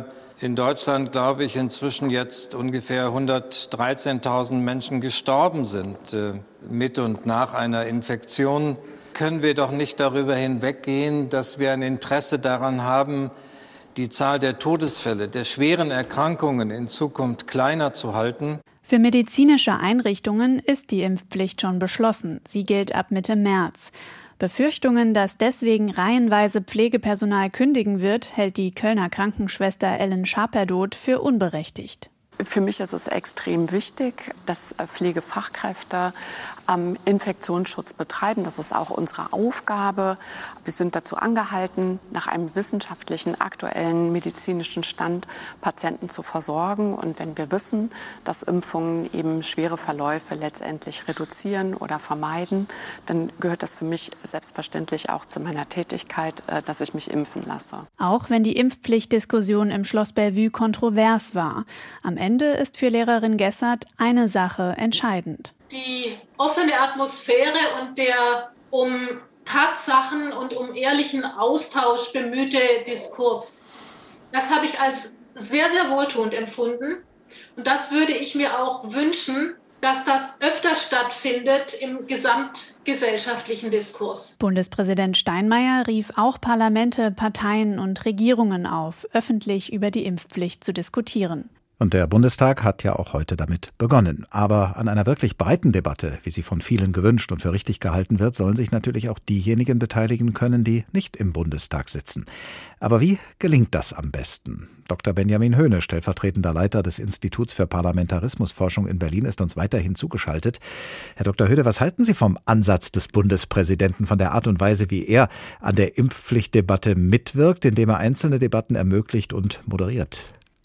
in Deutschland, glaube ich, inzwischen jetzt ungefähr 113.000 Menschen gestorben sind mit und nach einer Infektion, können wir doch nicht darüber hinweggehen, dass wir ein Interesse daran haben, die Zahl der Todesfälle, der schweren Erkrankungen in Zukunft kleiner zu halten. Für medizinische Einrichtungen ist die Impfpflicht schon beschlossen. Sie gilt ab Mitte März. Befürchtungen, dass deswegen reihenweise Pflegepersonal kündigen wird, hält die Kölner Krankenschwester Ellen Schaperdoth für unberechtigt. Für mich ist es extrem wichtig, dass Pflegefachkräfte Infektionsschutz betreiben. Das ist auch unsere Aufgabe. Wir sind dazu angehalten, nach einem wissenschaftlichen, aktuellen medizinischen Stand Patienten zu versorgen. Und wenn wir wissen, dass Impfungen eben schwere Verläufe letztendlich reduzieren oder vermeiden, dann gehört das für mich selbstverständlich auch zu meiner Tätigkeit, dass ich mich impfen lasse. Auch wenn die Impfpflichtdiskussion im Schloss Bellevue kontrovers war. Am Ende ist für Lehrerin Gessert eine Sache entscheidend. Die offene Atmosphäre und der um Tatsachen und um ehrlichen Austausch bemühte Diskurs, das habe ich als sehr, sehr wohltuend empfunden. Und das würde ich mir auch wünschen, dass das öfter stattfindet im gesamtgesellschaftlichen Diskurs. Bundespräsident Steinmeier rief auch Parlamente, Parteien und Regierungen auf, öffentlich über die Impfpflicht zu diskutieren. Und der Bundestag hat ja auch heute damit begonnen. Aber an einer wirklich breiten Debatte, wie sie von vielen gewünscht und für richtig gehalten wird, sollen sich natürlich auch diejenigen beteiligen können, die nicht im Bundestag sitzen. Aber wie gelingt das am besten? Dr. Benjamin Höhne, stellvertretender Leiter des Instituts für Parlamentarismusforschung in Berlin, ist uns weiterhin zugeschaltet. Herr Dr. Höhne, was halten Sie vom Ansatz des Bundespräsidenten, von der Art und Weise, wie er an der Impfpflichtdebatte mitwirkt, indem er einzelne Debatten ermöglicht und moderiert?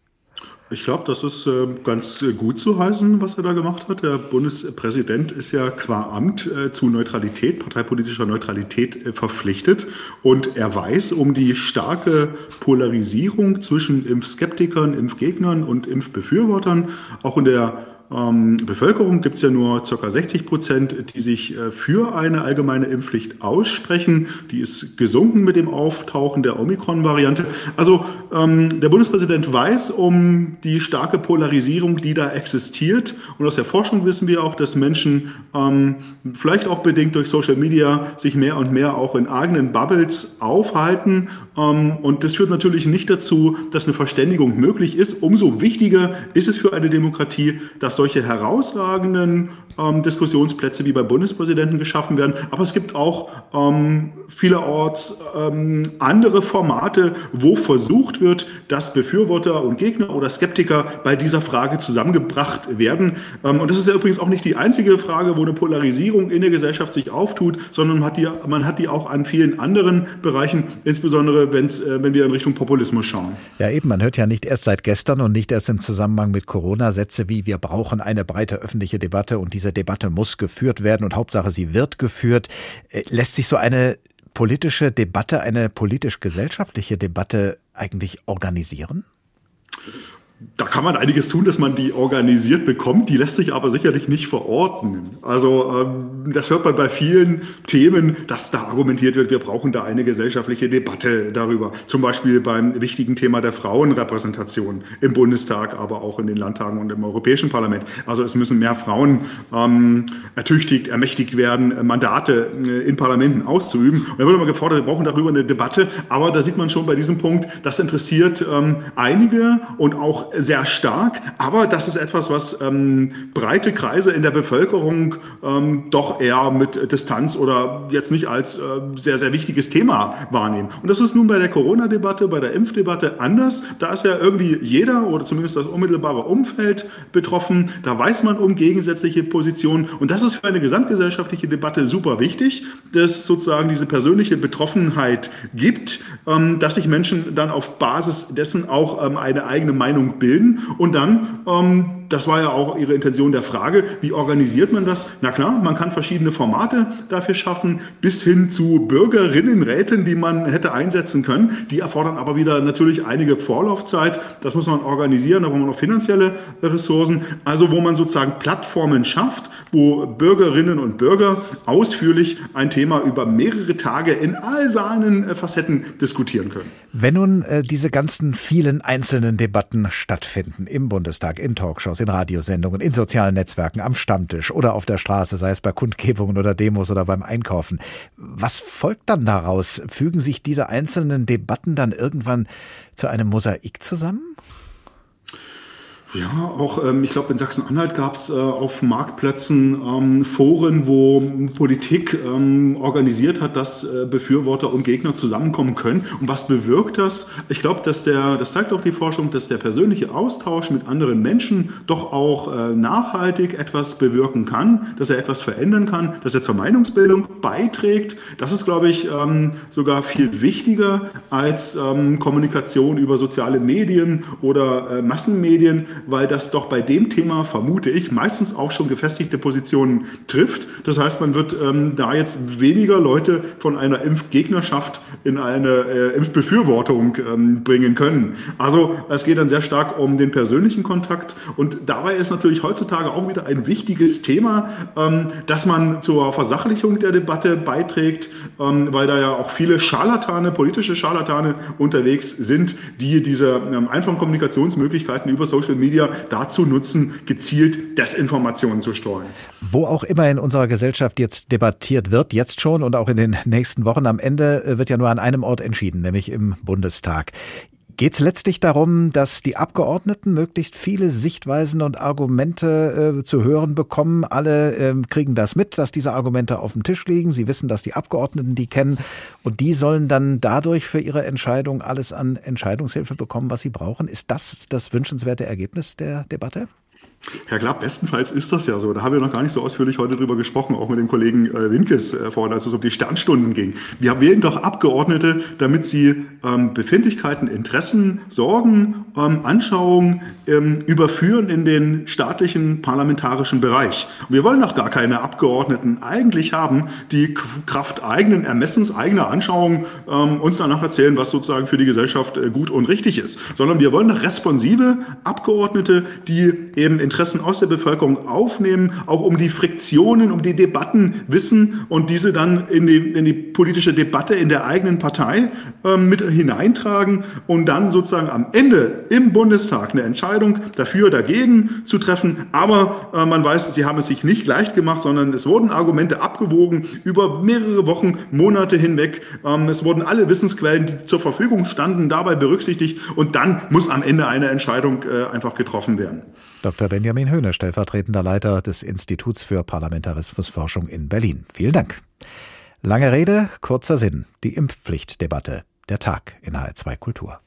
Ich glaube, das ist ganz gut zu heißen, was er da gemacht hat. Der Bundespräsident ist ja qua Amt zu Neutralität, parteipolitischer Neutralität verpflichtet. Und er weiß um die starke Polarisierung zwischen Impfskeptikern, Impfgegnern und Impfbefürwortern. Auch in der Bevölkerung gibt es ja nur ca. 60%, die sich für eine allgemeine Impfpflicht aussprechen. Die ist gesunken mit dem Auftauchen der Omikron-Variante. Also der Bundespräsident weiß um die starke Polarisierung, die da existiert. Und aus der Forschung wissen wir auch, dass Menschen vielleicht auch bedingt durch Social Media sich mehr und mehr auch in eigenen Bubbles aufhalten. Und das führt natürlich nicht dazu, dass eine Verständigung möglich ist. Umso wichtiger ist es für eine Demokratie, dass solche herausragenden Diskussionsplätze wie beim Bundespräsidenten geschaffen werden. Aber es gibt auch vielerorts andere Formate, wo versucht wird, dass Befürworter und Gegner oder Skeptiker bei dieser Frage zusammengebracht werden. Und das ist ja übrigens auch nicht die einzige Frage, wo eine Polarisierung in der Gesellschaft sich auftut, sondern man hat die auch an vielen anderen Bereichen, insbesondere wenn wir in Richtung Populismus schauen. Ja eben, man hört ja nicht erst seit gestern und nicht erst im Zusammenhang mit Corona Sätze wie wir brauchen eine breite öffentliche Debatte und diese Debatte muss geführt werden und Hauptsache sie wird geführt. Lässt sich so eine politische Debatte, eine politisch-gesellschaftliche Debatte eigentlich organisieren? Da kann man einiges tun, dass man die organisiert bekommt, die lässt sich aber sicherlich nicht verordnen. Also das hört man bei vielen Themen, dass da argumentiert wird, wir brauchen da eine gesellschaftliche Debatte darüber. Zum Beispiel beim wichtigen Thema der Frauenrepräsentation im Bundestag, aber auch in den Landtagen und im Europäischen Parlament. Also es müssen mehr Frauen ertüchtigt, ermächtigt werden, Mandate in Parlamenten auszuüben. Und da wird immer gefordert, wir brauchen darüber eine Debatte. Aber da sieht man schon bei diesem Punkt, das interessiert einige und auch sehr stark, aber das ist etwas, was breite Kreise in der Bevölkerung doch eher mit Distanz oder jetzt nicht als sehr, sehr wichtiges Thema wahrnehmen. Und das ist nun bei der Corona-Debatte, bei der Impfdebatte anders. Da ist ja irgendwie jeder oder zumindest das unmittelbare Umfeld betroffen. Da weiß man um gegensätzliche Positionen. Und das ist für eine gesamtgesellschaftliche Debatte super wichtig, dass es sozusagen diese persönliche Betroffenheit gibt, dass sich Menschen dann auf Basis dessen auch eine eigene Meinung bilden und dann Das war ja auch Ihre Intention der Frage. Wie organisiert man das? Na klar, man kann verschiedene Formate dafür schaffen, bis hin zu Bürgerinnenräten, die man hätte einsetzen können. Die erfordern aber wieder natürlich einige Vorlaufzeit. Das muss man organisieren, da braucht man auch finanzielle Ressourcen. Also wo man sozusagen Plattformen schafft, wo Bürgerinnen und Bürger ausführlich ein Thema über mehrere Tage in all seinen Facetten diskutieren können. Wenn nun diese ganzen vielen einzelnen Debatten stattfinden, im Bundestag, in Talkshows, in Radiosendungen, in sozialen Netzwerken, am Stammtisch oder auf der Straße, sei es bei Kundgebungen oder Demos oder beim Einkaufen, was folgt dann daraus? Fügen sich diese einzelnen Debatten dann irgendwann zu einem Mosaik zusammen? Ja, auch ich glaube, in Sachsen-Anhalt gab es auf Marktplätzen Foren, wo Politik organisiert hat, dass Befürworter und Gegner zusammenkommen können. Und was bewirkt das? Ich glaube, das zeigt auch die Forschung, dass der persönliche Austausch mit anderen Menschen doch auch nachhaltig etwas bewirken kann, dass er etwas verändern kann, dass er zur Meinungsbildung beiträgt. Das ist, glaube ich, sogar viel wichtiger als Kommunikation über soziale Medien oder Massenmedien, weil das doch bei dem Thema, vermute ich, meistens auch schon gefestigte Positionen trifft. Das heißt, man wird da jetzt weniger Leute von einer Impfgegnerschaft in eine Impfbefürwortung bringen können. Also es geht dann sehr stark um den persönlichen Kontakt und dabei ist natürlich heutzutage auch wieder ein wichtiges Thema, dass man zur Versachlichung der Debatte beiträgt, weil da ja auch viele Scharlatane, politische Scharlatane unterwegs sind, die diese einfachen Kommunikationsmöglichkeiten über Social Media dazu nutzen, gezielt Desinformationen zu streuen. Wo auch immer in unserer Gesellschaft jetzt debattiert wird, jetzt schon und auch in den nächsten Wochen, am Ende wird ja nur an einem Ort entschieden, nämlich im Bundestag. Geht es letztlich darum, dass die Abgeordneten möglichst viele Sichtweisen und Argumente zu hören bekommen? Alle kriegen das mit, dass diese Argumente auf dem Tisch liegen. Sie wissen, dass die Abgeordneten die kennen und die sollen dann dadurch für ihre Entscheidung alles an Entscheidungshilfe bekommen, was sie brauchen. Ist das das wünschenswerte Ergebnis der Debatte? Ja klar, bestenfalls ist das ja so. Da haben wir noch gar nicht so ausführlich heute drüber gesprochen, auch mit dem Kollegen Winkes vorhin, als es um die Sternstunden ging. Wir wählen doch Abgeordnete, damit sie Befindlichkeiten, Interessen, Sorgen, Anschauungen überführen in den staatlichen parlamentarischen Bereich. Und wir wollen doch gar keine Abgeordneten eigentlich haben, die Kraft eigenen Ermessens, eigener Anschauungen uns danach erzählen, was sozusagen für die Gesellschaft gut und richtig ist. Sondern wir wollen doch responsive Abgeordnete, die eben Interessen aus der Bevölkerung aufnehmen, auch um die Friktionen, um die Debatten wissen und diese dann in die politische Debatte in der eigenen Partei mit hineintragen und dann sozusagen am Ende im Bundestag eine Entscheidung dafür, dagegen zu treffen. Aber man weiß, sie haben es sich nicht leicht gemacht, sondern es wurden Argumente abgewogen über mehrere Wochen, Monate hinweg. Es wurden alle Wissensquellen, die zur Verfügung standen, dabei berücksichtigt und dann muss am Ende eine Entscheidung einfach getroffen werden. Dr. Benjamin Höhne, stellvertretender Leiter des Instituts für Parlamentarismusforschung in Berlin. Vielen Dank. Lange Rede, kurzer Sinn. Die Impfpflichtdebatte. Der Tag in HR2 Kultur.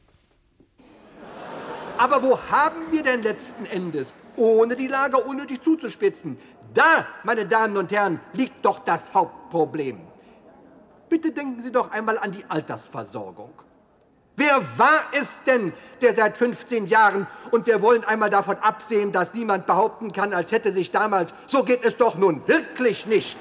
Aber wo haben wir denn letzten Endes, ohne die Lage unnötig zuzuspitzen? Da, meine Damen und Herren, liegt doch das Hauptproblem. Bitte denken Sie doch einmal an die Altersversorgung. Wer war es denn, der seit 15 Jahren, und wir wollen einmal davon absehen, dass niemand behaupten kann, als hätte sich damals, so geht es doch nun wirklich nicht.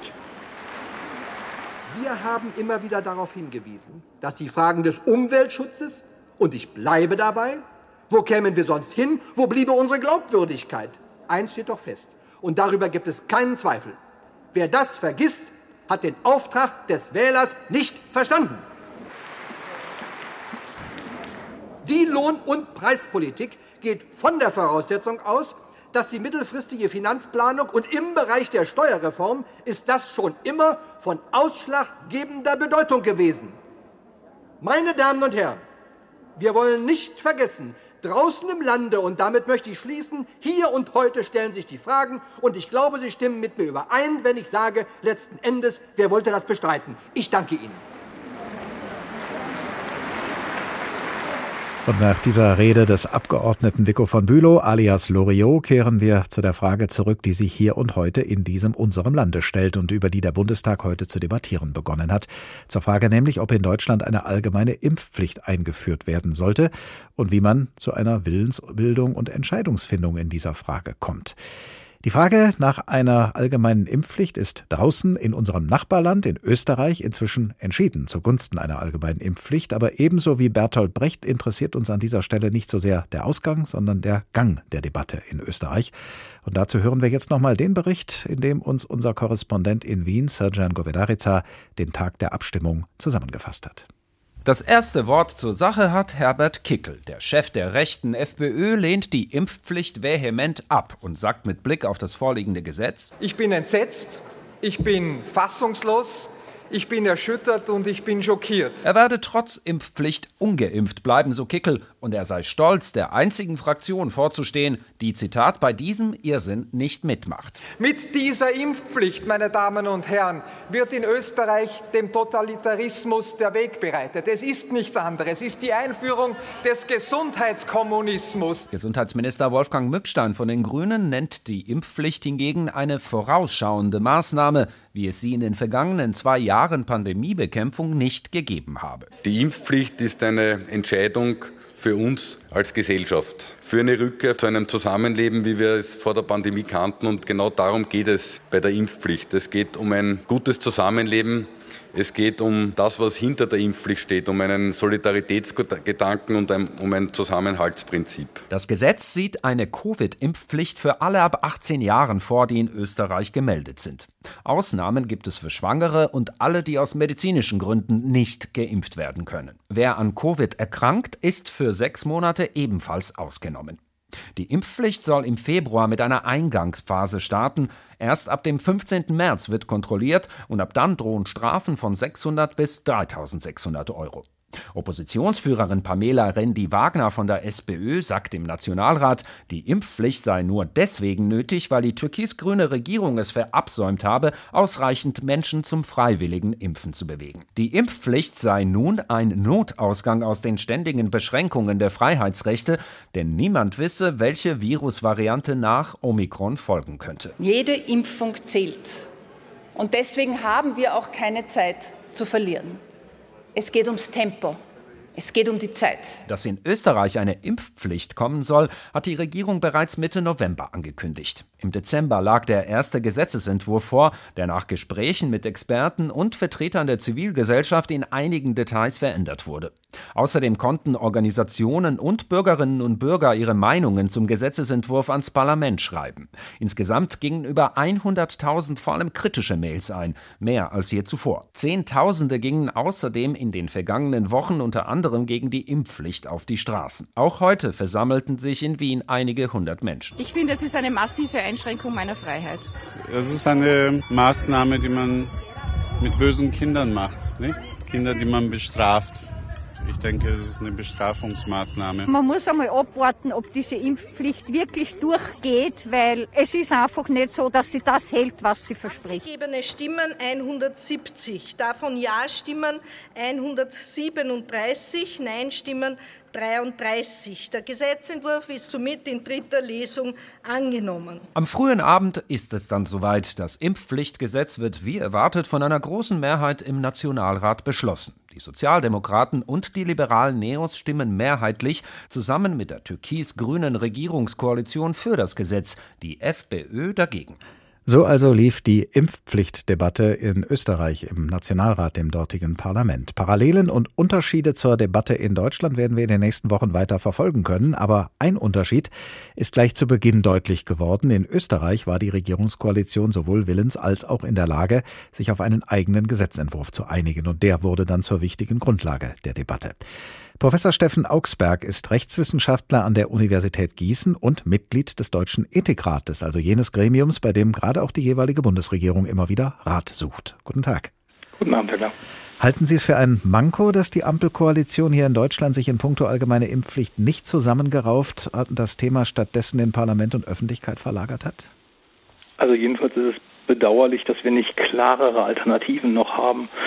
Wir haben immer wieder darauf hingewiesen, dass die Fragen des Umweltschutzes, und ich bleibe dabei, wo kämen wir sonst hin, wo bliebe unsere Glaubwürdigkeit? Eins steht doch fest, und darüber gibt es keinen Zweifel. Wer das vergisst, hat den Auftrag des Wählers nicht verstanden. Die Lohn- und Preispolitik geht von der Voraussetzung aus, dass die mittelfristige Finanzplanung und im Bereich der Steuerreform ist das schon immer von ausschlaggebender Bedeutung gewesen. Meine Damen und Herren, wir wollen nicht vergessen, draußen im Lande, und damit möchte ich schließen, hier und heute stellen sich die Fragen, und ich glaube, Sie stimmen mit mir überein, wenn ich sage, letzten Endes, wer wollte das bestreiten? Ich danke Ihnen. Und nach dieser Rede des Abgeordneten Vico von Bülow alias Loriot kehren wir zu der Frage zurück, die sich hier und heute in unserem Lande stellt und über die der Bundestag heute zu debattieren begonnen hat. Zur Frage nämlich, ob in Deutschland eine allgemeine Impfpflicht eingeführt werden sollte und wie man zu einer Willensbildung und Entscheidungsfindung in dieser Frage kommt. Die Frage nach einer allgemeinen Impfpflicht ist draußen in unserem Nachbarland, in Österreich, inzwischen entschieden zugunsten einer allgemeinen Impfpflicht. Aber ebenso wie Bertolt Brecht interessiert uns an dieser Stelle nicht so sehr der Ausgang, sondern der Gang der Debatte in Österreich. Und dazu hören wir jetzt nochmal den Bericht, in dem uns unser Korrespondent in Wien, Srdjan Govedarica, den Tag der Abstimmung zusammengefasst hat. Das erste Wort zur Sache hat Herbert Kickl. Der Chef der rechten FPÖ lehnt die Impfpflicht vehement ab und sagt mit Blick auf das vorliegende Gesetz: Ich bin entsetzt, ich bin fassungslos, ich bin erschüttert und ich bin schockiert. Er werde trotz Impfpflicht ungeimpft bleiben, so Kickl, und er sei stolz, der einzigen Fraktion vorzustehen, die, Zitat, bei diesem Irrsinn nicht mitmacht. Mit dieser Impfpflicht, meine Damen und Herren, wird in Österreich dem Totalitarismus der Weg bereitet. Es ist nichts anderes. Es ist die Einführung des Gesundheitskommunismus. Gesundheitsminister Wolfgang Mückstein von den Grünen nennt die Impfpflicht hingegen eine vorausschauende Maßnahme, wie es sie in den vergangenen 2 Jahren Pandemiebekämpfung nicht gegeben habe. Die Impfpflicht ist eine Entscheidung für uns als Gesellschaft, für eine Rückkehr zu einem Zusammenleben, wie wir es vor der Pandemie kannten. Und genau darum geht es bei der Impfpflicht. Es geht um ein gutes Zusammenleben. Es geht um das, was hinter der Impfpflicht steht, um einen Solidaritätsgedanken und um ein Zusammenhaltsprinzip. Das Gesetz sieht eine Covid-Impfpflicht für alle ab 18 Jahren vor, die in Österreich gemeldet sind. Ausnahmen gibt es für Schwangere und alle, die aus medizinischen Gründen nicht geimpft werden können. Wer an Covid erkrankt, ist für 6 Monate ebenfalls ausgenommen. Die Impfpflicht soll im Februar mit einer Eingangsphase starten. Erst ab dem 15. März wird kontrolliert und ab dann drohen Strafen von 600 bis 3.600 Euro. Oppositionsführerin Pamela Rendi-Wagner von der SPÖ sagt im Nationalrat, die Impfpflicht sei nur deswegen nötig, weil die türkis-grüne Regierung es verabsäumt habe, ausreichend Menschen zum freiwilligen Impfen zu bewegen. Die Impfpflicht sei nun ein Notausgang aus den ständigen Beschränkungen der Freiheitsrechte, denn niemand wisse, welche Virusvariante nach Omikron folgen könnte. Jede Impfung zählt. Und deswegen haben wir auch keine Zeit zu verlieren. Es geht ums Tempo. Es geht um die Zeit. Dass in Österreich eine Impfpflicht kommen soll, hat die Regierung bereits Mitte November angekündigt. Im Dezember lag der erste Gesetzesentwurf vor, der nach Gesprächen mit Experten und Vertretern der Zivilgesellschaft in einigen Details verändert wurde. Außerdem konnten Organisationen und Bürgerinnen und Bürger ihre Meinungen zum Gesetzesentwurf ans Parlament schreiben. Insgesamt gingen über 100.000 vor allem kritische Mails ein, mehr als je zuvor. Zehntausende gingen außerdem in den vergangenen Wochen unter anderem gegen die Impfpflicht auf die Straßen. Auch heute versammelten sich in Wien einige 100 Menschen. Ich finde, es ist eine massive Einschränkung meiner Freiheit. Es ist eine Maßnahme, die man mit bösen Kindern macht, nicht? Kinder, die man bestraft. Ich denke, es ist eine Bestrafungsmaßnahme. Man muss einmal abwarten, ob diese Impfpflicht wirklich durchgeht, weil es ist einfach nicht so, dass sie das hält, was sie verspricht. Abgegebene Stimmen 170, davon Ja-Stimmen 137, Nein-Stimmen 33. Der Gesetzentwurf ist somit in 3. Lesung angenommen. Am frühen Abend ist es dann soweit. Das Impfpflichtgesetz wird wie erwartet von einer großen Mehrheit im Nationalrat beschlossen. Die Sozialdemokraten und die liberalen Neos stimmen mehrheitlich zusammen mit der türkis-grünen Regierungskoalition für das Gesetz, die FPÖ dagegen. So also lief die Impfpflichtdebatte in Österreich im Nationalrat, dem dortigen Parlament. Parallelen und Unterschiede zur Debatte in Deutschland werden wir in den nächsten Wochen weiter verfolgen können. Aber ein Unterschied ist gleich zu Beginn deutlich geworden. In Österreich war die Regierungskoalition sowohl willens als auch in der Lage, sich auf einen eigenen Gesetzentwurf zu einigen. Und der wurde dann zur wichtigen Grundlage der Debatte. Professor Steffen Augsberg ist Rechtswissenschaftler an der Universität Gießen und Mitglied des Deutschen Ethikrates, also jenes Gremiums, bei dem gerade auch die jeweilige Bundesregierung immer wieder Rat sucht. Guten Tag. Guten Abend, Herr Klar. Halten Sie es für ein Manko, dass die Ampelkoalition hier in Deutschland sich in puncto allgemeine Impfpflicht nicht zusammengerauft, das Thema stattdessen in Parlament und Öffentlichkeit verlagert hat? Also jedenfalls ist es bedauerlich, dass wir nicht klarere Alternativen noch haben, dass wir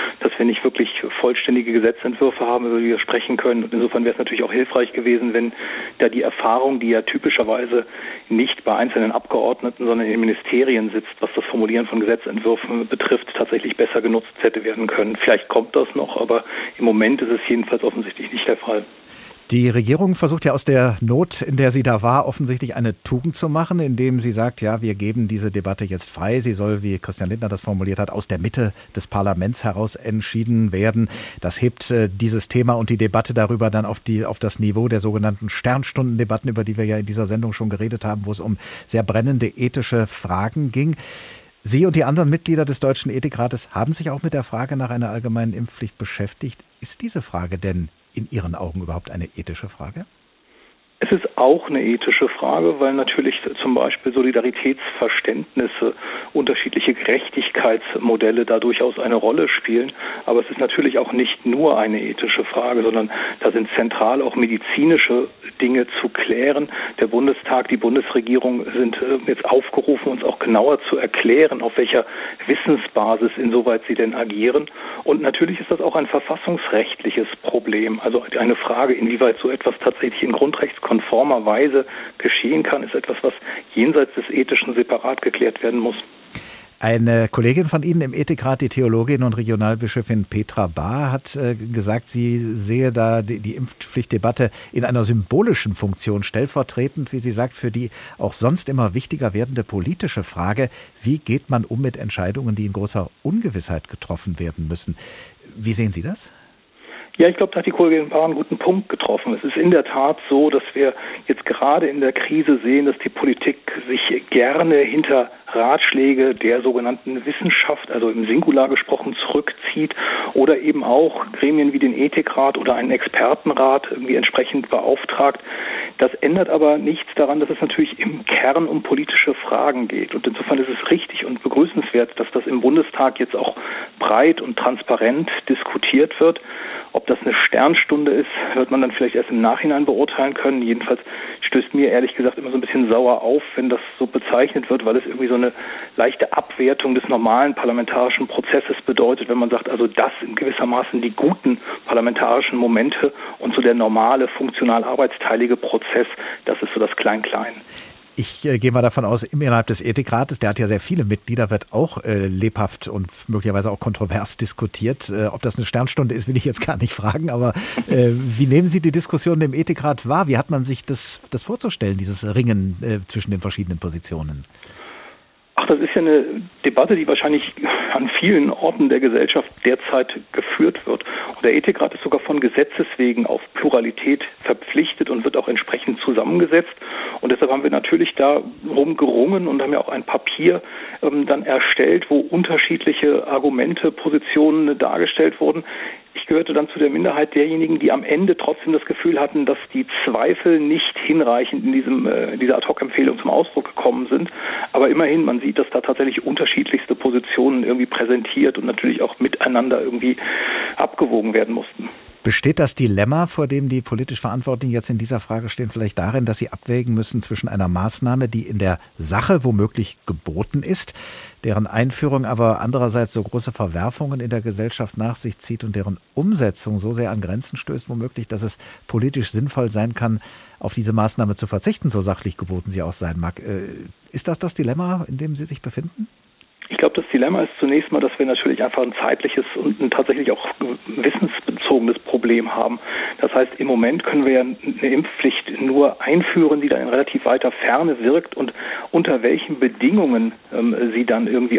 wir nicht wirklich vollständige Gesetzentwürfe haben, über die wir sprechen können. Und insofern wäre es natürlich auch hilfreich gewesen, wenn da die Erfahrung, die ja typischerweise nicht bei einzelnen Abgeordneten, sondern in Ministerien sitzt, was das Formulieren von Gesetzentwürfen betrifft, tatsächlich besser genutzt hätte werden können. Vielleicht kommt das noch, aber im Moment ist es jedenfalls offensichtlich nicht der Fall. Die Regierung versucht ja aus der Not, in der sie da war, offensichtlich eine Tugend zu machen, indem sie sagt, ja, wir geben diese Debatte jetzt frei. Sie soll, wie Christian Lindner das formuliert hat, aus der Mitte des Parlaments heraus entschieden werden. Das hebt dieses Thema und die Debatte darüber dann auf das Niveau der sogenannten Sternstundendebatten, über die wir ja in dieser Sendung schon geredet haben, wo es um sehr brennende ethische Fragen ging. Sie und die anderen Mitglieder des Deutschen Ethikrates haben sich auch mit der Frage nach einer allgemeinen Impfpflicht beschäftigt. Ist diese Frage denn in Ihren Augen überhaupt eine ethische Frage? Es ist auch eine ethische Frage, weil natürlich zum Beispiel Solidaritätsverständnisse, unterschiedliche Gerechtigkeitsmodelle da durchaus eine Rolle spielen. Aber es ist natürlich auch nicht nur eine ethische Frage, sondern da sind zentral auch medizinische Dinge zu klären. Der Bundestag, die Bundesregierung sind jetzt aufgerufen, uns auch genauer zu erklären, auf welcher Wissensbasis insoweit sie denn agieren. Und natürlich ist das auch ein verfassungsrechtliches Problem. Also eine Frage, inwieweit so etwas tatsächlich in grundrechtskonformer Weise geschehen kann, ist etwas, was jenseits des Ethischen separat geklärt werden muss. Eine Kollegin von Ihnen im Ethikrat, die Theologin und Regionalbischöfin Petra Bahr, hat gesagt, sie sehe da die Impfpflichtdebatte in einer symbolischen Funktion, stellvertretend, wie sie sagt, für die auch sonst immer wichtiger werdende politische Frage, wie geht man um mit Entscheidungen, die in großer Ungewissheit getroffen werden müssen. Wie sehen Sie das? Ja, ich glaube, da hat die Kollegin Bahr einen guten Punkt getroffen. Es ist in der Tat so, dass wir jetzt gerade in der Krise sehen, dass die Politik sich gerne hinter Ratschläge der sogenannten Wissenschaft, also im Singular gesprochen, zurückzieht oder eben auch Gremien wie den Ethikrat oder einen Expertenrat irgendwie entsprechend beauftragt. Das ändert aber nichts daran, dass es natürlich im Kern um politische Fragen geht. Und insofern ist es richtig und begrüßenswert, dass das im Bundestag jetzt auch breit und transparent diskutiert wird. Ob das eine Sternstunde ist, wird man dann vielleicht erst im Nachhinein beurteilen können. Jedenfalls stößt mir ehrlich gesagt immer so ein bisschen sauer auf, wenn das so bezeichnet wird, weil es irgendwie so eine leichte Abwertung des normalen parlamentarischen Prozesses bedeutet, wenn man sagt, also das sind gewissermaßen die guten parlamentarischen Momente und so der normale, funktional arbeitsteilige Prozess, das ist so das Klein-Klein. Ich gehe mal davon aus, innerhalb des Ethikrates, der hat ja sehr viele Mitglieder, wird auch lebhaft und möglicherweise auch kontrovers diskutiert. Ob das eine Sternstunde ist, will ich jetzt gar nicht fragen, aber wie nehmen Sie die Diskussion im Ethikrat wahr? Wie hat man sich das vorzustellen, dieses Ringen zwischen den verschiedenen Positionen? Ach, das ist ja eine Debatte, die wahrscheinlich an vielen Orten der Gesellschaft derzeit geführt wird. Und der Ethikrat ist sogar von Gesetzes wegen auf Pluralität verpflichtet und wird auch entsprechend zusammengesetzt. Und deshalb haben wir natürlich darum gerungen und haben ja auch ein Papier dann erstellt, wo unterschiedliche Argumente, Positionen dargestellt wurden. Ich gehörte dann zu der Minderheit derjenigen, die am Ende trotzdem das Gefühl hatten, dass die Zweifel nicht hinreichend in dieser Ad-hoc-Empfehlung zum Ausdruck gekommen sind. Aber immerhin, man sieht, dass da tatsächlich unterschiedlichste Positionen irgendwie präsentiert und natürlich auch miteinander irgendwie abgewogen werden mussten. Besteht das Dilemma, vor dem die politisch Verantwortlichen jetzt in dieser Frage stehen, vielleicht darin, dass sie abwägen müssen zwischen einer Maßnahme, die in der Sache womöglich geboten ist, deren Einführung aber andererseits so große Verwerfungen in der Gesellschaft nach sich zieht und deren Umsetzung so sehr an Grenzen stößt, womöglich, dass es politisch sinnvoll sein kann, auf diese Maßnahme zu verzichten, so sachlich geboten sie auch sein mag. Ist das Dilemma, in dem Sie sich befinden? Ich glaube, das Dilemma ist zunächst mal, dass wir natürlich einfach ein zeitliches und ein tatsächlich auch wissensbezogenes Problem haben. Das heißt, im Moment können wir ja eine Impfpflicht nur einführen, die dann in relativ weiter Ferne wirkt und unter welchen Bedingungen sie dann irgendwie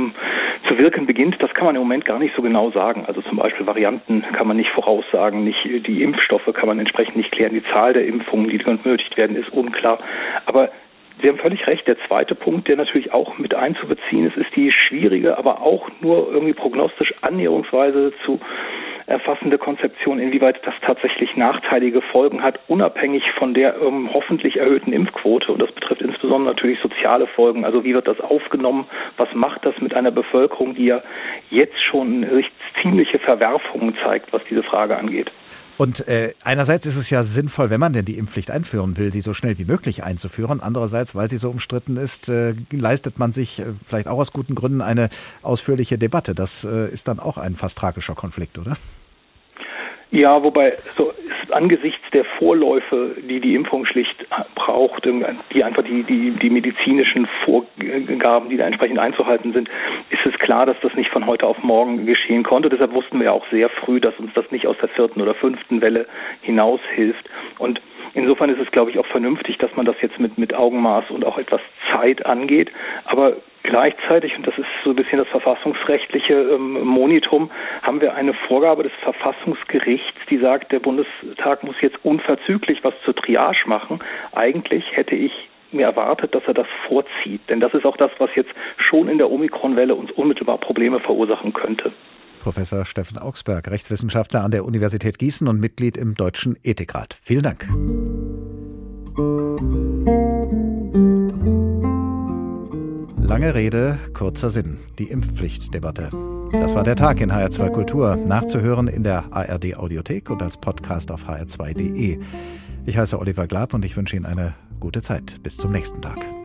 zu wirken beginnt, das kann man im Moment gar nicht so genau sagen. Also zum Beispiel Varianten kann man nicht voraussagen, die Impfstoffe kann man entsprechend nicht klären, die Zahl der Impfungen, die benötigt werden, ist unklar. Aber Sie haben völlig recht. Der zweite Punkt, der natürlich auch mit einzubeziehen ist, ist die schwierige, aber auch nur irgendwie prognostisch annäherungsweise zu erfassende Konzeption, inwieweit das tatsächlich nachteilige Folgen hat, unabhängig von der hoffentlich erhöhten Impfquote. Und das betrifft insbesondere natürlich soziale Folgen. Also wie wird das aufgenommen? Was macht das mit einer Bevölkerung, die ja jetzt schon ziemliche Verwerfungen zeigt, was diese Frage angeht? Und einerseits ist es ja sinnvoll, wenn man denn die Impfpflicht einführen will, sie so schnell wie möglich einzuführen. Andererseits, weil sie so umstritten ist, leistet man sich vielleicht auch aus guten Gründen eine ausführliche Debatte. Das ist dann auch ein fast tragischer Konflikt, oder? Ja, wobei so ist angesichts der Vorläufe, die Impfung schlicht braucht, die einfach die medizinischen Vorgaben, die da entsprechend einzuhalten sind, ist es klar, dass das nicht von heute auf morgen geschehen konnte. Deshalb wussten wir ja auch sehr früh, dass uns das nicht aus der 4. oder 5. Welle hinaus hilft. Und insofern ist es, glaube ich, auch vernünftig, dass man das jetzt mit Augenmaß und auch etwas Zeit angeht. Aber gleichzeitig, und das ist so ein bisschen das verfassungsrechtliche Monitum, haben wir eine Vorgabe des Verfassungsgerichts, die sagt, der Bundestag muss jetzt unverzüglich was zur Triage machen. Eigentlich hätte ich mir erwartet, dass er das vorzieht. Denn das ist auch das, was jetzt schon in der Omikron-Welle uns unmittelbar Probleme verursachen könnte. Professor Steffen Augsberg, Rechtswissenschaftler an der Universität Gießen und Mitglied im Deutschen Ethikrat. Vielen Dank. Lange Rede, kurzer Sinn. Die Impfpflichtdebatte. Das war der Tag in HR2 Kultur. Nachzuhören in der ARD Audiothek und als Podcast auf hr2.de. Ich heiße Oliver Glab und ich wünsche Ihnen eine gute Zeit. Bis zum nächsten Tag.